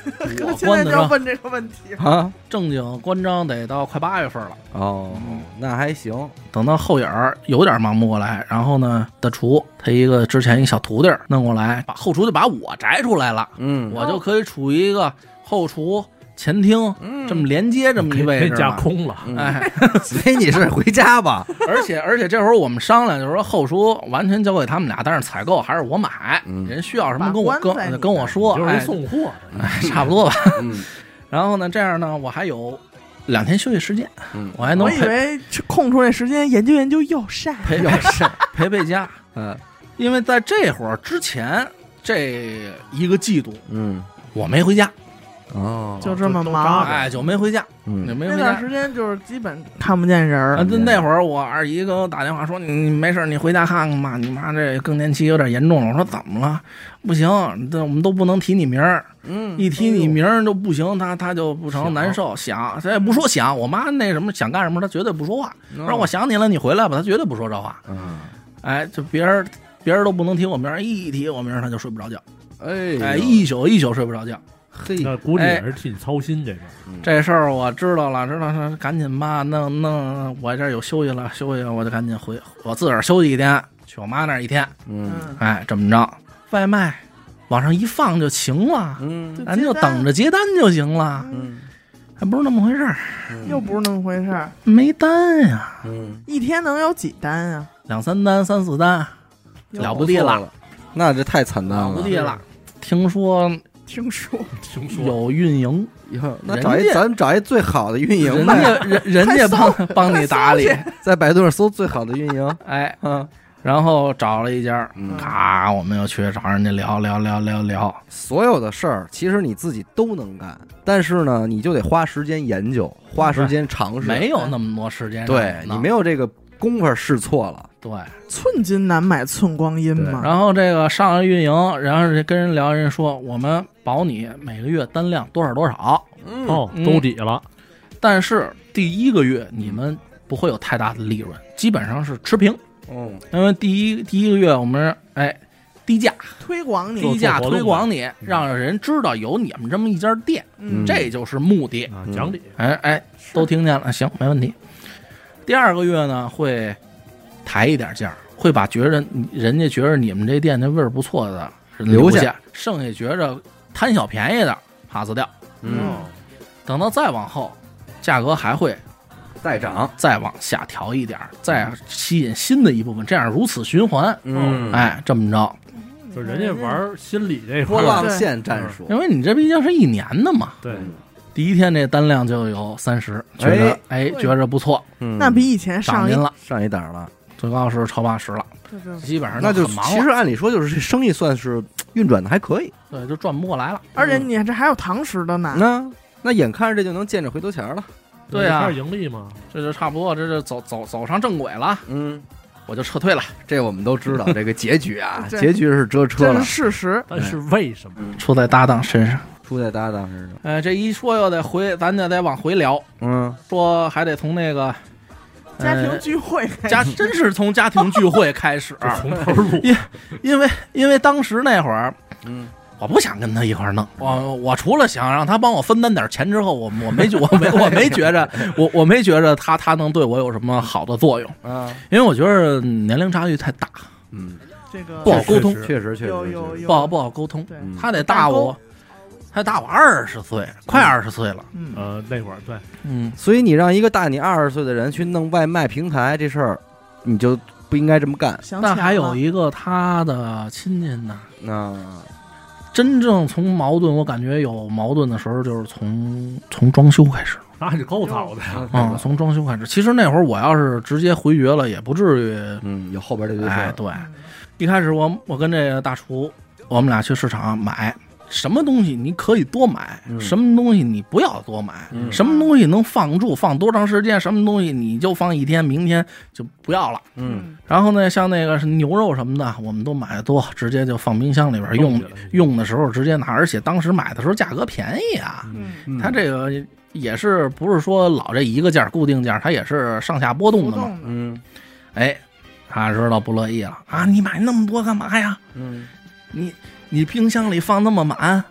我现在关的章就要问这个问题。 啊， 正经关章得到快八月份了。 哦，那还行。 等到后眼儿有点忙不过来，然后呢，大厨他一个之前一小徒弟儿弄过来，把后厨就把我摘出来了， 嗯， 我就可以处于一个后厨前厅这么连接这么一位置给架了。 空了， 嗯哎， 所以你是回家吧？ 而且而且这会儿我们商量，就是说后厨完全交给他们俩，但是采购还是我买， 嗯人需要什么跟我把关在你跟跟我说， 就是哎送货。 哎，差不多吧。 嗯然后呢，这样呢，我还有两天休息时间， 嗯， 我还能我以陪为空出来时间研究研究药膳。 陪要是陪陪家， 嗯因为在这会儿之前这一个季度嗯我没回家， 哦， 就这么都忙扎着哎，就没回家，就嗯没回家。 那段时间就是基本看不见人啊， 儿。 那那会儿我二姨给我打电话说：“你你没事，你回家看看吧，你妈这更年期有点严重了。”我说：“怎么了？不行，这我们都不能提你名儿， 嗯一提你名儿就不行，她她就不成想难受。想，她也不说想，我妈那什么想干什么，她绝对不说话。 哦让我想你了，你回来吧，她绝对不说这话。 嗯， 哎，就别人别人都不能提我名儿，一提我名儿，她就睡不着觉。 哎哎，一宿一宿睡不着觉。 嘿， 那估计也是替你操心这个。 这事儿我知道了，知道了，赶紧吧，弄弄，我这儿有休息了，休息了，我就赶紧回，我自个儿休息一天，去我妈那儿一天， 嗯嗯， 哎，这么着，外卖往上一放就行了， 嗯咱就等着接单就行了， 嗯还不是那么回事儿， 又不是那么回事儿。 没单呀， 嗯， 一天能有几单啊？ 两三单、三四单，了不地了， 了，那这太惨淡了了， 不地了。听说听说听说有运营， 哟，那人找一家咱找一最好的运营人呗， 家人人家帮帮你打理， 在百度上搜最好的运营， 哎， 嗯然后找了一家， 嗯， 咔，我们又去找人家聊聊聊聊聊， 所有的事儿其实你自己都能干，但是呢，你就得花时间研究，花时间尝试， 没有那么多时间， 对你没有这个功夫试错了， 对。 寸金难买寸光阴嘛。 然后这个上了运营，然后跟人聊，人说我们保你每个月单量多少多少， 嗯哦， 嗯兜底了。 但是第一个月你们不会有太大的利润，基本上是持平， 嗯因为第一第一个月我们哎低价推广你， 低价做活动推广你，让人知道有你们这么一家店， 嗯， 这就是目的。 啊， 嗯讲理。 哎哎，都听见了，行，没问题。第二个月呢，会抬一点价，会把觉着人家觉着你们这店那味儿不错的留下下，剩下觉着贪小便宜的 pass 掉。 嗯， 等到再往后，价格还会再涨， 再往下调一点，再吸引新的一部分，这样如此循环。 嗯， 哎，这么着， 就人家玩心理这块波儿， 浪线战术， 因为你这毕竟是一年的嘛， 对， 第一天这单量就有三十，觉着哎觉着不错， 嗯那比以前上一涨您了， 上一档了， 最高是超八十了， 对对基本上那就很忙了， 其实按理说就是这生意算是运转的还可以， 对，就转不过来了。 而且你这还有堂食的呢。 那那眼看着这就能见着回头钱了， 对啊开始盈利嘛。 这就差不多，这就走走走上正轨了， 嗯， 我就撤退了。 这我们都知道，这个结局啊， 这结局是折车了这是，事实。 但是为什么？ 出在搭档身上， 出在搭档身上， 哎，这一说又得回，咱就得往回聊， 嗯说还得从那个家庭呃聚会开始家，真是从家庭聚会开始， 就从头录， 因为因为当时那会儿嗯我不想跟他一块儿弄，我我除了想让他帮我分担点钱之后，我我没觉我没我没觉着我我没觉着他他能对我有什么好的作用， 啊， 因为我觉得年龄差距太大， 嗯， 这个不好沟通确实确实确实， 有有有不好不好沟通。 对， 嗯他得大我，他大我二十岁，快二十岁了。 嗯， 呃，那会儿对， 嗯， 所以你让一个大你二十岁的人去弄外卖平台这事儿，你就不应该这么干。 想起来但还有了一个他的亲戚呢， 那真正从矛盾，我感觉有矛盾的时候，就是从从装修开始。 那就够早的呀。 嗯，从装修开始。其实那会儿我要是直接回绝了，也不至于。 嗯，有后边这堆事哎， 儿。 对，一开始我我跟这个大厨，我们俩去市场买什么东西，你可以多买， 嗯什么东西你不要多买， 嗯什么东西能放住，放多长时间，什么东西你就放一天，明天就不要了。 嗯， 然后呢，像那个是牛肉什么的，我们都买的多，直接就放冰箱里边用冻起来用的时候直接拿，而且当时买的时候价格便宜啊。 嗯， 它这个也是不是说老这一个价固定价，它也是上下波动的嘛。 浮动的， 嗯哎，他知道不乐意了啊！你买那么多干嘛呀？ 嗯你你冰箱里放那么满，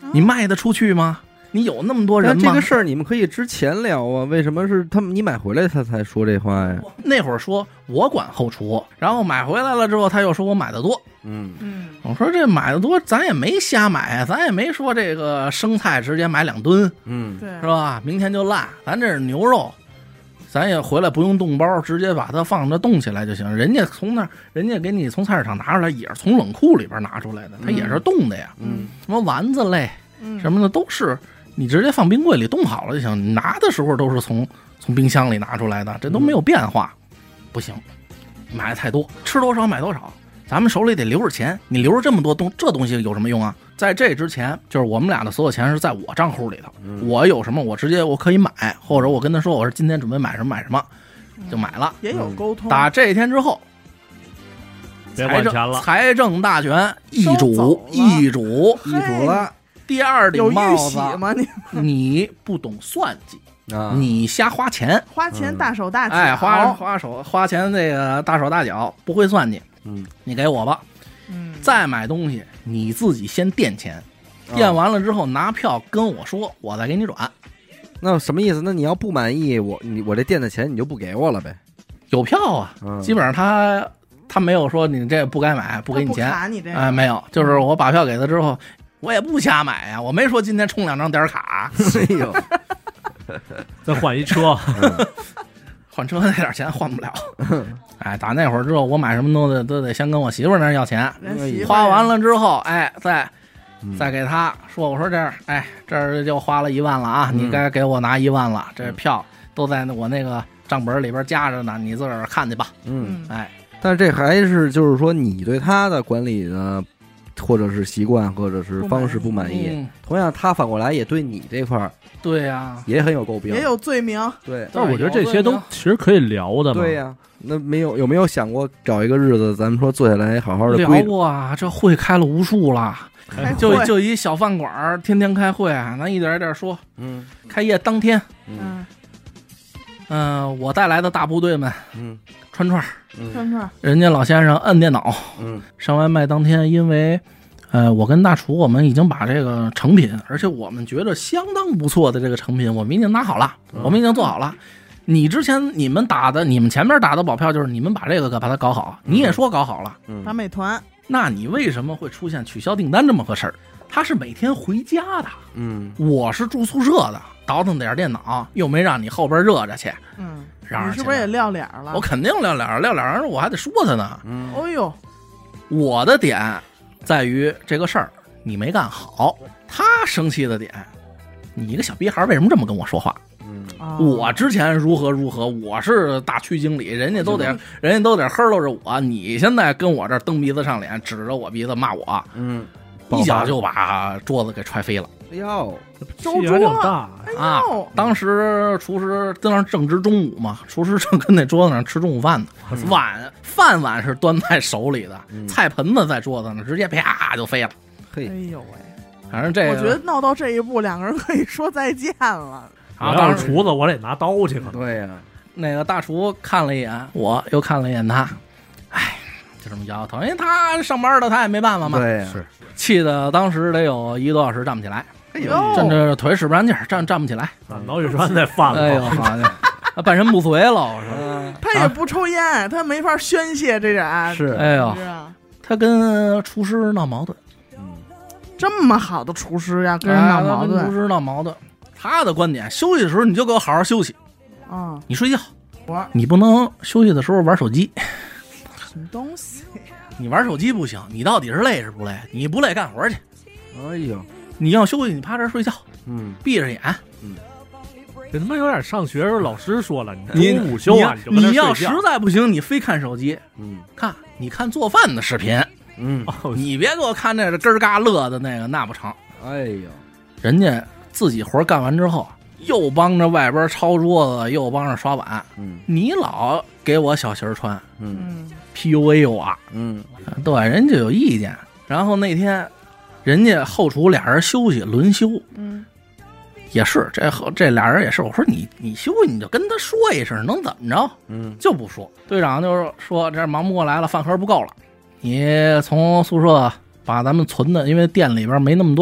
你卖得出去吗？你有那么多人吗？ 这个事儿你们可以之前聊啊，为什么是他们你买回来他才说这话呀？ 那会儿说我管后厨，然后买回来了之后，他又说我买的多。 嗯嗯， 我说这买的多，咱也没瞎买，咱也没说这个生菜直接买两吨， 嗯， 对， 是吧？明天就烂，咱这是牛肉，咱也回来不用冻包，直接把它放着冻起来就行。人家从那儿，人家给你从菜市场拿出来，也是从冷库里边拿出来的，它也是冻的呀。 嗯， 什么丸子类嗯什么的都是。你直接放冰柜里冻好了就行，你拿的时候都是从从冰箱里拿出来的，这都没有变化。不行，买的太多，吃多少买多少，咱们手里得留着钱。你留着这么多东，这东西有什么用啊？在这之前，就是我们俩的所有钱是在我账户里头， 嗯我有什么我直接我可以买，或者我跟他说我是今天准备买什么买什么，就买了。 也有沟通。 打这一天之后， 别财政管钱了， 财政大权易收走主了易主。 易主了第二顶有帽子玉玺，吗？你你不懂算计。 啊， 你瞎花钱， 花钱大手大脚， 哎，花花手花钱那个大手大脚，不会算计， 嗯， 你给我吧。 嗯， 再买东西，你自己先垫钱，垫完了之后拿票跟我说，我再给你转。 那什么意思？那你要不满意，我你我这店的钱你就不给我了呗？ 有票啊， 嗯基本上他他没有说你这不该买，不给你钱， 卡你这个， 哎，没有，就是我把票给他之后，我也不瞎买呀，我没说今天充两张点卡， 哎呦， 再换一车， 换车那点钱换不了。哎，打那会儿之后，我买什么都得都得先跟我媳妇儿那儿要钱， 人媳妇儿花完了之后，哎，再嗯再给他说，我说这儿，哎，这儿就花了一万了啊， 嗯你该给我拿一万了，这票都在我那个账本里边夹着呢，你自个儿看去吧。 嗯， 嗯， 哎， 但是这还是就是说你对他的管理呢，或者是习惯，或者是方式不满意。 嗯， 同样，他反过来也对你这块儿对呀， 也很有诟病， 也有罪名， 对但是我觉得这些都其实可以聊的嘛。 对呀。那没有有没有想过找一个日子，咱们说坐下来好好的聊规过啊，这会开了无数了， 开就会就一小饭馆儿，天天开会，咱一点一点说。 嗯开业当天， 嗯嗯， 嗯、我带来的大部队们嗯串串儿， 嗯串串， 人家老先生摁电脑， 嗯上外卖当天，因为，呃，我跟大厨我们已经把这个成品，而且我们觉得相当不错的这个成品，我们已经拿好了，我们已经做好了。你之前你们打的，你们前面打的保票就是你们把这个把它搞好，你也说搞好了， 嗯打美团， 那你为什么会出现取消订单这么个事儿？他是每天回家的， 嗯我是住宿舍的，倒腾点电脑，又没让你后边热着去， 嗯， 让人你是不是也撂脸了？ 我肯定撂脸儿，撂脸儿，我还得说他呢。 嗯哦呦， 我的点在于这个事儿你没干好，他生气的点，你一个小逼孩为什么这么跟我说话？ 嗯啊我之前如何如何，我是大区经理，人家都得人家都得呵喽着我，你现在跟我这儿蹬鼻子上脸，指着我鼻子骂我， 嗯， 一脚就把桌子给踹飞了哎呦， 周气还挺桌大。 啊！当时厨师在那儿正值中午嘛，厨师正跟那桌子上吃中午饭呢，碗饭碗是端在手里的， 嗯菜盆子在桌子上，直接啪就飞了。 哎嘿， 呦喂， 反正这个， 我觉得闹到这一步，两个人可以说再见了。 我啊，当时要是厨子，我得拿刀去可能。 对呀， 那个大厨看了一眼我，又看了一眼他，哎，就这么摇摇头，因为他上班的，他也没办法嘛， 对呀， 是气得当时得有一个多小时站不起来， 哎呦站着腿使不上劲儿，站站不起来， 咱脑血栓再犯哎呦， 了。 好家伙，半身不遂了，我说， 嗯他也不抽烟，他没法宣泄这点。 是， 哎呦是，啊， 他跟厨师闹矛盾， 嗯这么好的厨师呀，跟人闹矛哎他跟厨盾师闹矛盾，他的观点，休息的时候你就给我好好休息， 啊！ 你睡觉， 我你不能休息的时候玩手机。 什么东西？ 你玩手机不行，你到底是累是不累？你不累干活去， 哎呦， 你要休息，你趴这儿睡觉， 嗯闭着眼。 这他妈有点上学时候老师说了， 你你中午休啊， 你就跟那你要实睡觉。 在不行，你非看手机， 嗯看你看做饭的视频， 嗯， 哦你别给我看那个咯嘎乐的那个，那不成。 哎呦， 人家自己活干完之后，又帮着外边抄桌子，又帮着刷碗， 嗯你老给我小鞋穿嗯嗯， P U A 我， 嗯对，人家有意见。然后那天，人家后厨俩人休息轮休， 嗯， 也是这后这俩人也是，我说你你休息你就跟他说一声，能怎么着？ 嗯就不说。队长就是说这忙不过来了，饭盒不够了，你从宿舍把咱们存的，因为店里边没那么多地儿，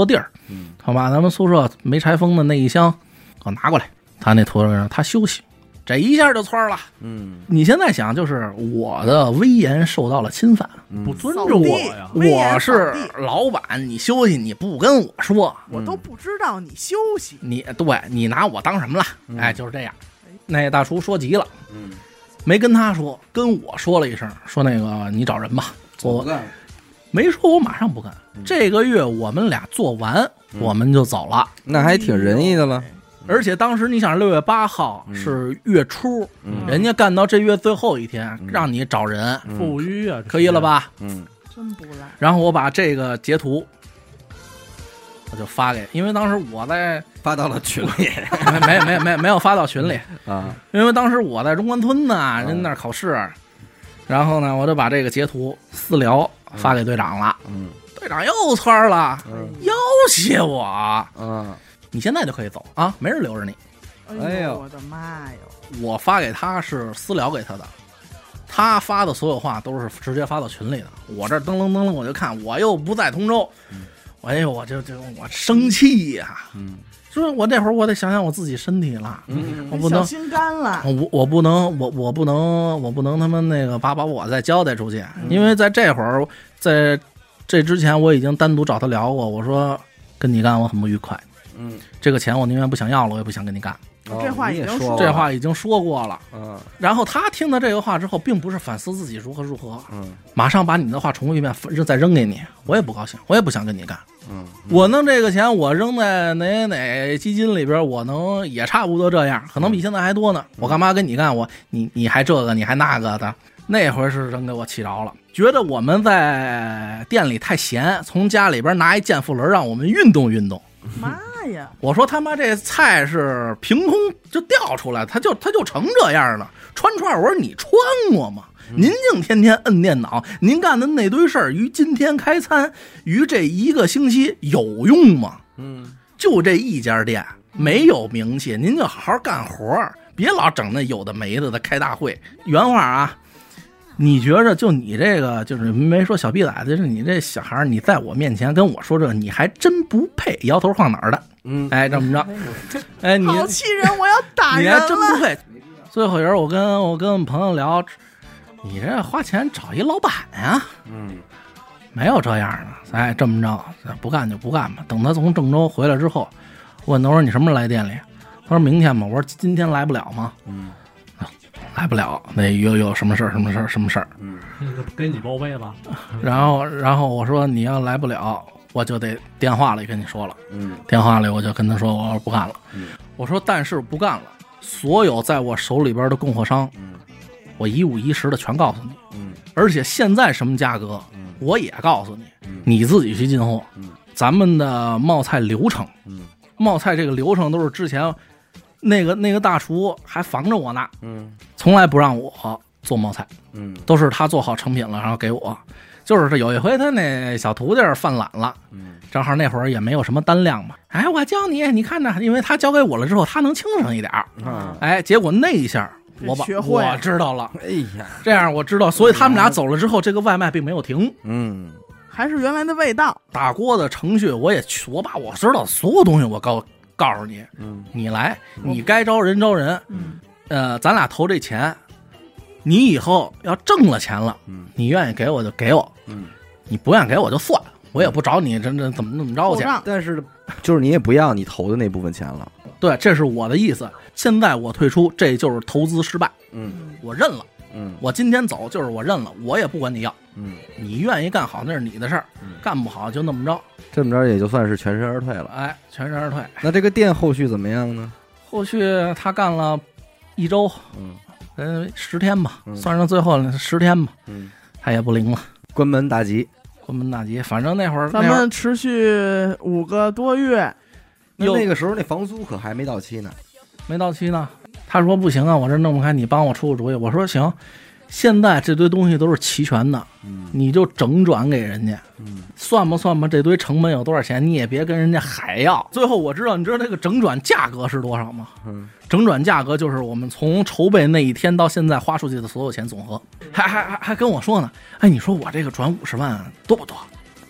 嗯， 他把咱们宿舍没拆封的那一箱给我拿过来，他那图上他休息，这一下就窜了。 嗯， 你现在想，就是我的威严受到了侵犯， 嗯不尊重我呀！ 威严我是扫地老板，你休息你不跟我说， 我都不知道你休息。 你对你拿我当什么了？ 嗯哎，就是这样。那大厨说急了， 嗯， 没跟他说，跟我说了一声，说那个你找人吧，做不干， 没说我马上不干。 嗯这个月我们俩做完， 嗯我们就走了。 那还挺仁义的了。 而且当时你想，六月八号嗯是月初， 嗯人家干到这月最后一天， 嗯让你找人， 嗯富裕啊， 可以了？吧？ 嗯真不赖。 然后我把这个截图，我就发给，因为当时我在发到了群里没没没没没有发到群里， 啊， 因为当时我在中关村呢，人那儿考试，然后呢，我就把这个截图私聊发给队长了， 嗯队长又窜了， 嗯要挟我， 嗯你现在就可以走啊，没人留着你。 哎呦我的妈哟！ 我发给他是私聊给他的，他发的所有话都是直接发到群里的。我这噔噔噔噔我就看，我又不在通州，哎呦，我就就我生气呀、 嗯就是我这会儿我得想想我自己身体了， 嗯我不能小心肝了。 我我不能我我不能我不能他们那个把把我再交代出去，因为在这会儿在这之前我已经单独找他聊过，我说跟你干我很不愉快， 嗯， 这个钱我宁愿不想要了，我也不想跟你干。 这话已经说哦你也说了这话已经说过了。 嗯然后他听到这个话之后，并不是反思自己如何如何， 嗯马上把你的话重复一遍，扔再扔给你，我也不高兴，我也不想跟你干。 嗯， 我弄这个钱，我扔在哪哪基金里边，我能也差不多这样，可能比现在还多呢。我干嘛跟你干？我你你还这个，你还那个的。那回是真给我气着了，觉得我们在店里太闲，从家里边拿一健腹轮让我们运动运动。 妈呀！ 我说他妈这菜是凭空就掉出来，他就他就成这样了。穿串，我说你穿过吗？您净天天摁电脑，您干的那堆事儿，于今天开餐，于这一个星期有用吗？ 嗯就这一家店没有名气，您就好好干活儿，别老整那有的没的的开大会。原话啊，你觉着就你这个就是没说小逼崽子，就是你这小孩儿，你在我面前跟我说这，你还真不配。摇头晃脑的， 嗯， 哎，这么着，哎，你好气人！我要打你人了。 还真不配。最后一人，我跟我跟我们朋友聊，你这花钱找一老板呀、 嗯没有这样的。哎，这么着，不干就不干吧。等他从郑州回来之后，我问他说：“你什么时候来店里？”他说明天吧。我说：“今天来不了吗？” 嗯来不了，那有有什么事儿？什么事儿？什么事儿？ 嗯给你报备了， 然后，然后我说你要来不了，我就得电话里跟你说了。 嗯电话里我就跟他说，我说不干了。 嗯我说但是不干了，所有在我手里边的供货商， 嗯我一五一十的全告诉你。 嗯而且现在什么价格， 嗯我也告诉你， 嗯你自己去进货。 嗯咱们的冒菜流程， 嗯冒菜这个流程都是之前那个那个大厨还防着我呢， 嗯从来不让我做冒菜， 嗯都是他做好成品了，然后给我。就是这有一回他那小徒弟犯懒了， 嗯正好那会儿也没有什么单量嘛，哎，我教你，你看着，因为他教给我了之后，他能轻省一点儿， 啊， 哎，结果那一下我把学会了我知道了， 哎呀， 这样我知道，所以他们俩走了之后，这个外卖并没有停。 嗯还是原来的味道。 打锅的程序我也去，我把我知道所有东西我告告诉你， 嗯你来，你该招人招人， 嗯， 呃，咱俩投这钱，你以后要挣了钱了， 嗯你愿意给我就给我， 嗯， 你不愿意给我就算，我也不找你真真怎么怎么着去。 后账但是就是你也不要你投的那部分钱了。 对，这是我的意思。现在我退出，这就是投资失败， 嗯我认了。 嗯我今天走就是我认了，我也不管你要， 嗯， 你愿意干好那是你的事儿， 嗯干不好就那么着， 这么着也就算是全身而退了。 哎，全身而退。 那这个店后续怎么样呢？ 后续他干了一周， 嗯呃，十天吧， 嗯算上最后了十天吧， 嗯， 他也不灵了， 关门大吉。 关门大吉。反正那会儿咱那会儿们持续五个多月， 又那那个时候那房租可还没到期呢。 没到期呢。他说不行啊，我这弄不开，你帮我出个主意。我说行。现在这堆东西都是齐全的， 嗯你就整转给人家， 嗯算吧算吧，这堆成本有多少钱，你也别跟人家海要。最后我知道，你知道这个整转价格是多少吗？ 嗯整转价格就是我们从筹备那一天到现在花出去的所有钱总和，还还还还跟我说呢，哎，你说我这个转五十万多不多？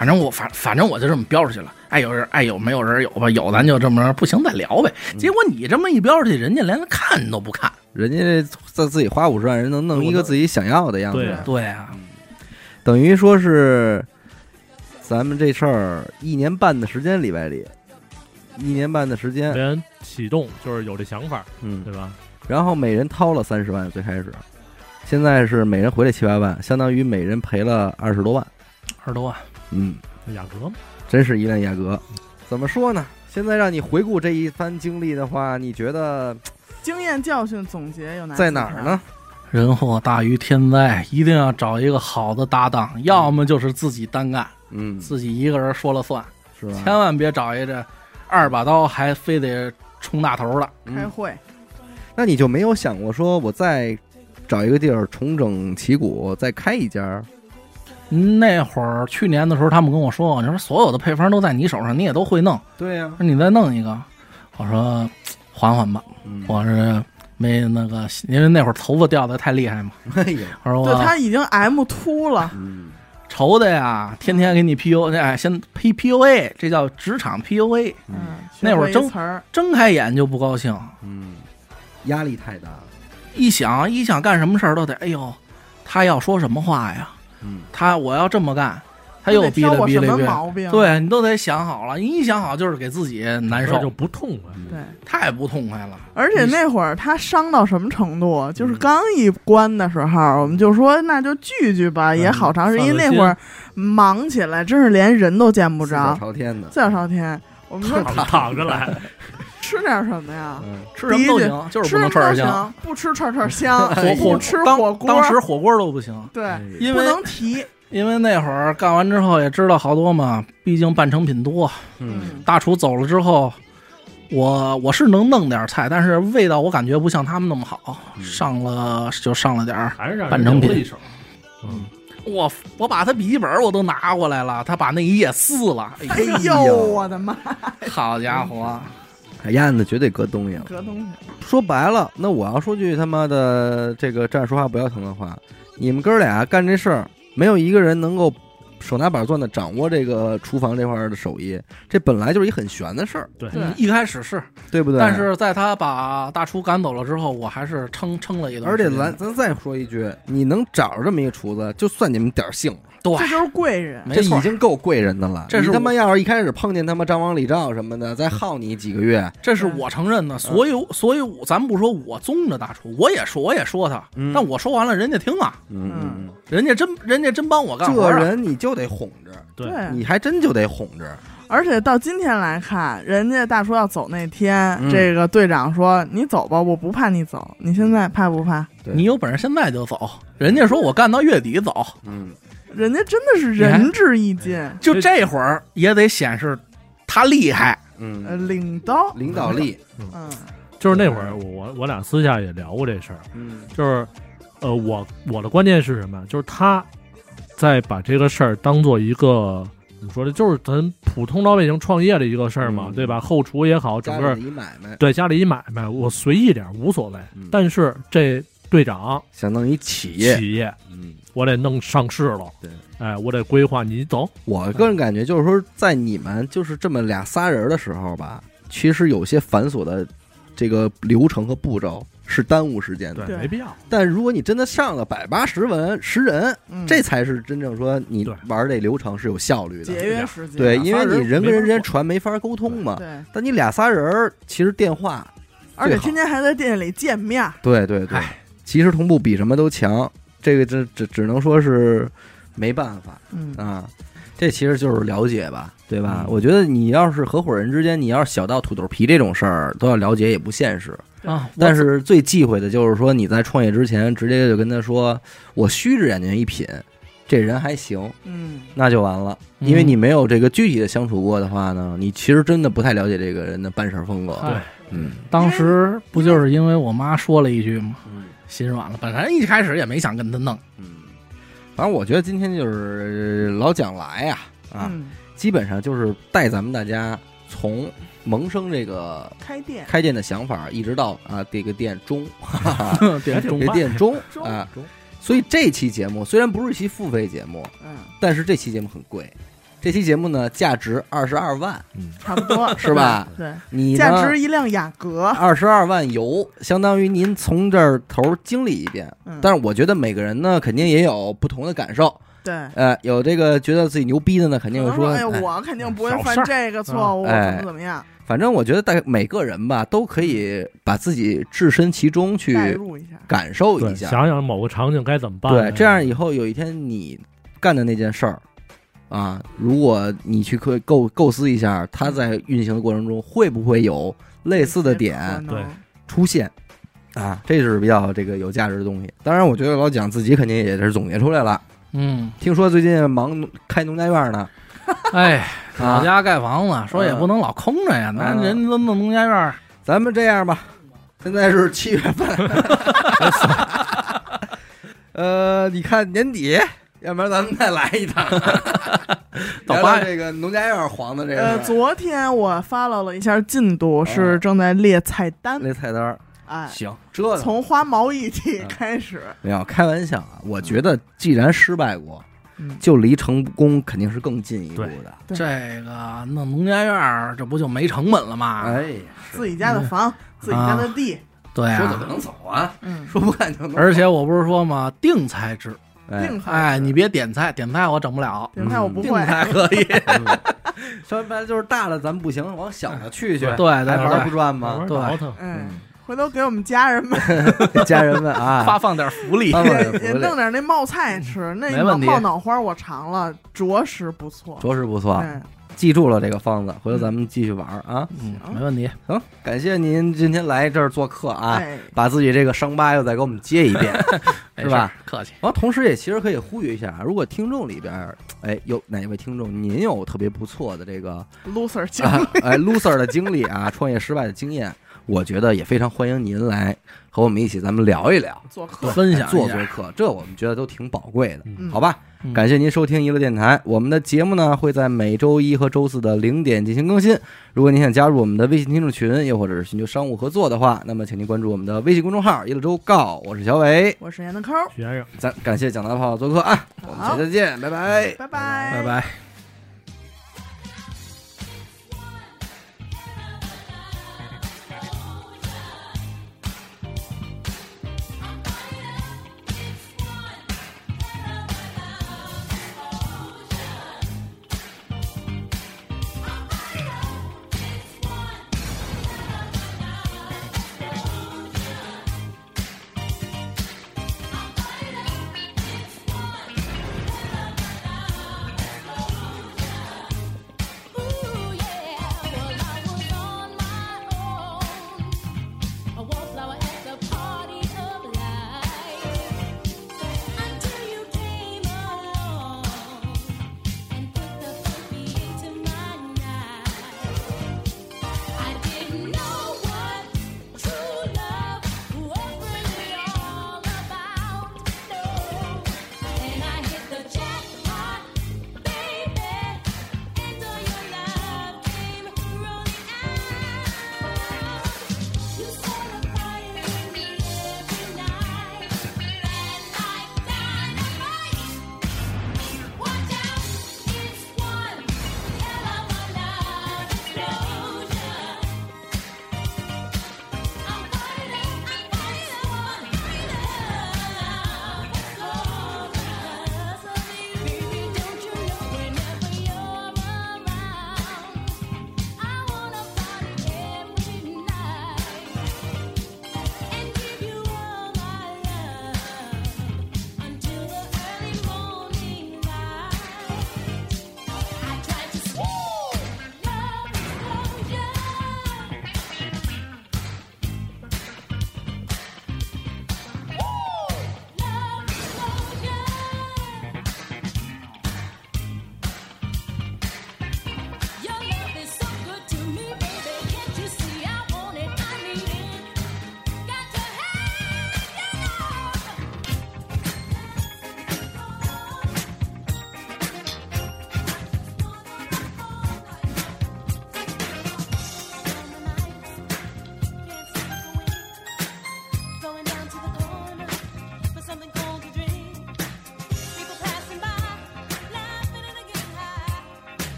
反正我反反正我就这么标出去了，爱有人爱有，没有人有吧，有咱就这么不行再聊呗。结果你这么一标出去，人家连看都不看， 人家在自己花五十万，人能弄一个自己想要的样子。 对对啊， 等于说是咱们这事儿一年半的时间里外里，一年半的时间， 连启动就是有这想法， 嗯， 对吧？ 然后每人掏了三十万，最开始，现在是每人回来七八万，相当于每人赔了二十多万， 二十多万， 嗯， 雅阁嘛， 真是一万雅阁。怎么说呢？现在让你回顾这一番经历的话，你觉得经验教训总结有哪在哪儿呢？ 人祸大于天灾，一定要找一个好的搭档，要么就是自己单干， 嗯， 自己一个人说了算， 是吧？ 千万别找一这二把刀还非得冲大头的。 开会， 那你就没有想过说，我再找一个地儿重整旗鼓，再开一家？ 那会儿去年的时候，他们跟我说，你说所有的配方都在你手上，你也都会弄， 对呀、 说你再弄一个。我说缓缓吧， 嗯， 我是没那个，因为那会儿头发掉的太厉害嘛。 哎呀， 我说我对他已经 M 秃了， 嗯， 愁的呀，天天给你 P U， 哎，先 P P U A， 这叫职场 P U A。 嗯， 那会儿学会一词儿， 睁开眼就不高兴， 嗯，压力太大了， 一想一想干什么事儿都得，哎呦，他要说什么话呀？ 嗯， 他我要这么干，他又得逼挑我什么了逼了逼， 毛病？ 对你都得想好了，你一想好就是给自己难受， 这就不痛快。 对， 太不痛快了。 而且那会儿他伤到什么程度？ 嗯就是刚一关的时候，我们就说那就聚聚吧，也好长时间。因为那会儿忙起来，真是连人都见不四脚着， 朝天的， 四脚朝天。我们说躺躺着来， 吃点什么呀？ 嗯， 吃什么都行，就是不能串儿香。 香，不吃串串香， 火火不吃当火锅， 当时火锅都不行， 对， 因为不能提。 因为那会儿干完之后也知道好多嘛，毕竟半成品多。 嗯， 大厨走了之后，我我是能弄点菜，但是味道我感觉不像他们那么好， 嗯上了就上了点儿。 还是让人半成品留了一手。嗯， 我我把他笔记本我都拿过来了，他把那一页撕了。哎哎呦， 呦，我的妈！ 好家伙！ 海燕子绝对搁东西了。 隔东西， 说白了，那我要说句他妈的这个站着说话不腰疼的话，你们哥俩干这事儿，没有一个人能够手拿把攥的掌握这个厨房这块的手艺，这本来就是一很悬的事儿， 对， 对一开始是， 对不对？ 但是在他把大厨赶走了之后，我还是撑撑了一段而且时间。 咱咱再说一句，你能找着这么一个厨子，就算你们点儿姓， 对， 这就是贵人。 没错这已，经够贵人的了。 这是你他妈要是一开始碰见他妈张王李赵什么的，再耗你几个月， 这是我承认的。所以，所以我咱不说我宗着大厨，我也说，我也说他， 嗯但我说完了，人家听啊， 嗯嗯， 人家真人家真帮我干活这啊。 人你就得哄着， 对对， 你还真就得哄着。 而且到今天来看，人家大叔要走那天， 嗯这个队长说：“你走吧，我不怕你走。”你现在怕不怕？ 对你有本事现在就走，人家说我干到月底走， 嗯， 人家真的是仁至义尽， 就这会儿也得显示他厉害。 呃， 嗯， 领导， 领导力， 嗯就是那会儿我我我俩私下也聊过这事儿， 嗯就是呃，我我的观念是什么？就是他在把这个事儿当做一个怎么说呢？就是咱普通老百姓创业的一个事儿嘛， 嗯对吧？后厨也好，整个家里一买卖， 对家里一买卖，我随意点无所谓。 嗯但是这队长相当于企业， 企业， 嗯， 我得弄上市了， 对， 哎，我得规划，你走， 我个人感觉就是说，在你们就是这么俩仨人的时候吧，其实有些繁琐的这个流程和步骤是耽误时间的。 对没必要。 但如果你真的上了百八十文十人， 嗯， 这才是真正说你对玩这流程是有效率的。 节约时间。 对，因为你人跟人之间没法传没法沟通嘛。 对， 但你俩仨人其实电话， 而且天天还在店里见面。 对对对唉， 即时同步比什么都强。这个只只只能说是没办法嗯， 啊。这其实就是了解吧，对吧？ 嗯我觉得你要是合伙人之间，你要是小到土豆皮这种事儿都要了解，也不现实。 啊， 但是最忌讳的就是说你在创业之前直接就跟他说我虚着眼睛一品，这人还行， 嗯， 那就完了。 嗯因为你没有这个具体的相处过的话呢，你其实真的不太了解这个人的办事风格。 对， 嗯当时不就是因为我妈说了一句吗？ 嗯心软了。本来一开始也没想跟他弄， 嗯，反正我觉得今天就是老蒋来呀啊， 嗯基本上就是带咱们大家从萌生这个开店， 开店的想法，一直到啊这个店中，哈哈店中这店中中啊中， 所以这期节目虽然不是一期付费节目， 嗯， 但是这期节目很贵， 这期节目呢，价值二十二万， 嗯， 差不多是吧？ 对， 你价值一辆雅阁， 二十二万油，相当于您从这儿头经历一遍。 嗯、 但是我觉得每个人呢，肯定也有不同的感受。 对， 呃，有这个觉得自己牛逼的呢，肯定会说， 哎， 哎， 我肯定不会小事儿犯这个错误， 哎怎么怎么样， 反正我觉得大概每个人吧，都可以把自己置身其中去代入一下， 感受对， 一下， 想想某个场景该怎么办。 对，这样以后有一天你干的那件事儿。啊，如果你去可构构思一下，它在运行的过程中会不会有类似的点对出现？啊，这是比较这个有价值的东西。当然，我觉得老蒋自己肯定也是总结出来了。 嗯， 听说最近忙开农家院呢， 哎，老家盖房子，说也不能老空着呀，那人都弄农家院。 咱们这样吧，现在是七月份，呃，你看年底。要不然咱们再来一趟，聊聊这个农家院黄的这个。 呃，昨天我follow了一下进度，是正在列菜单， 列菜单。 哎， 行，这从花毛一体开始。 没有开玩笑啊，我觉得既然失败过， 嗯， 就离成功肯定是更近一步的。 这个弄农家院，这不就没成本了吗？ 哎， 自己家的房，自己家的地， 对啊， 说走就能走啊， 嗯， 说不干就能走。 而且我不是说吗？定菜制。 定菜， 哎，你别点菜，点菜我整不了， 点菜我不会， 定菜可以。 说白了就是大了咱不行，往小的去去， 对， 还玩不转吗？ 对， 嗯，回头给我们家人们、 家人们啊， 发放点福利， 也弄点那冒菜吃，那冒脑花我尝了，着实不错， 着实不错。记住了这个方子，回头咱们继续玩啊。 嗯，没问题。 行，感谢您今天来这儿做客啊，把自己这个伤疤又再给我们接一遍，是吧？ 客气。 然后同时也其实可以呼吁一下，如果听众里边，哎，有哪位听众您有特别不错的这个 loser 经历， 哎 loser 的经历啊，创业失败的经验，我觉得也非常欢迎您来和我们一起咱们聊一聊， 做客分享做做客，这我们觉得都挺宝贵的， 嗯、 好吧？ 嗯、 感谢您收听娱乐电台，我们的节目呢会在每周一和周四的零点进行更新。如果您想加入我们的微信听众群，又或者是寻求商务合作的话，那么请您关注我们的微信公众号“娱乐周告”，我是小伟， 我是闫德抠， 徐先生， 咱感谢蒋大炮做客啊，我们下次再见，拜拜， 拜拜， 拜拜。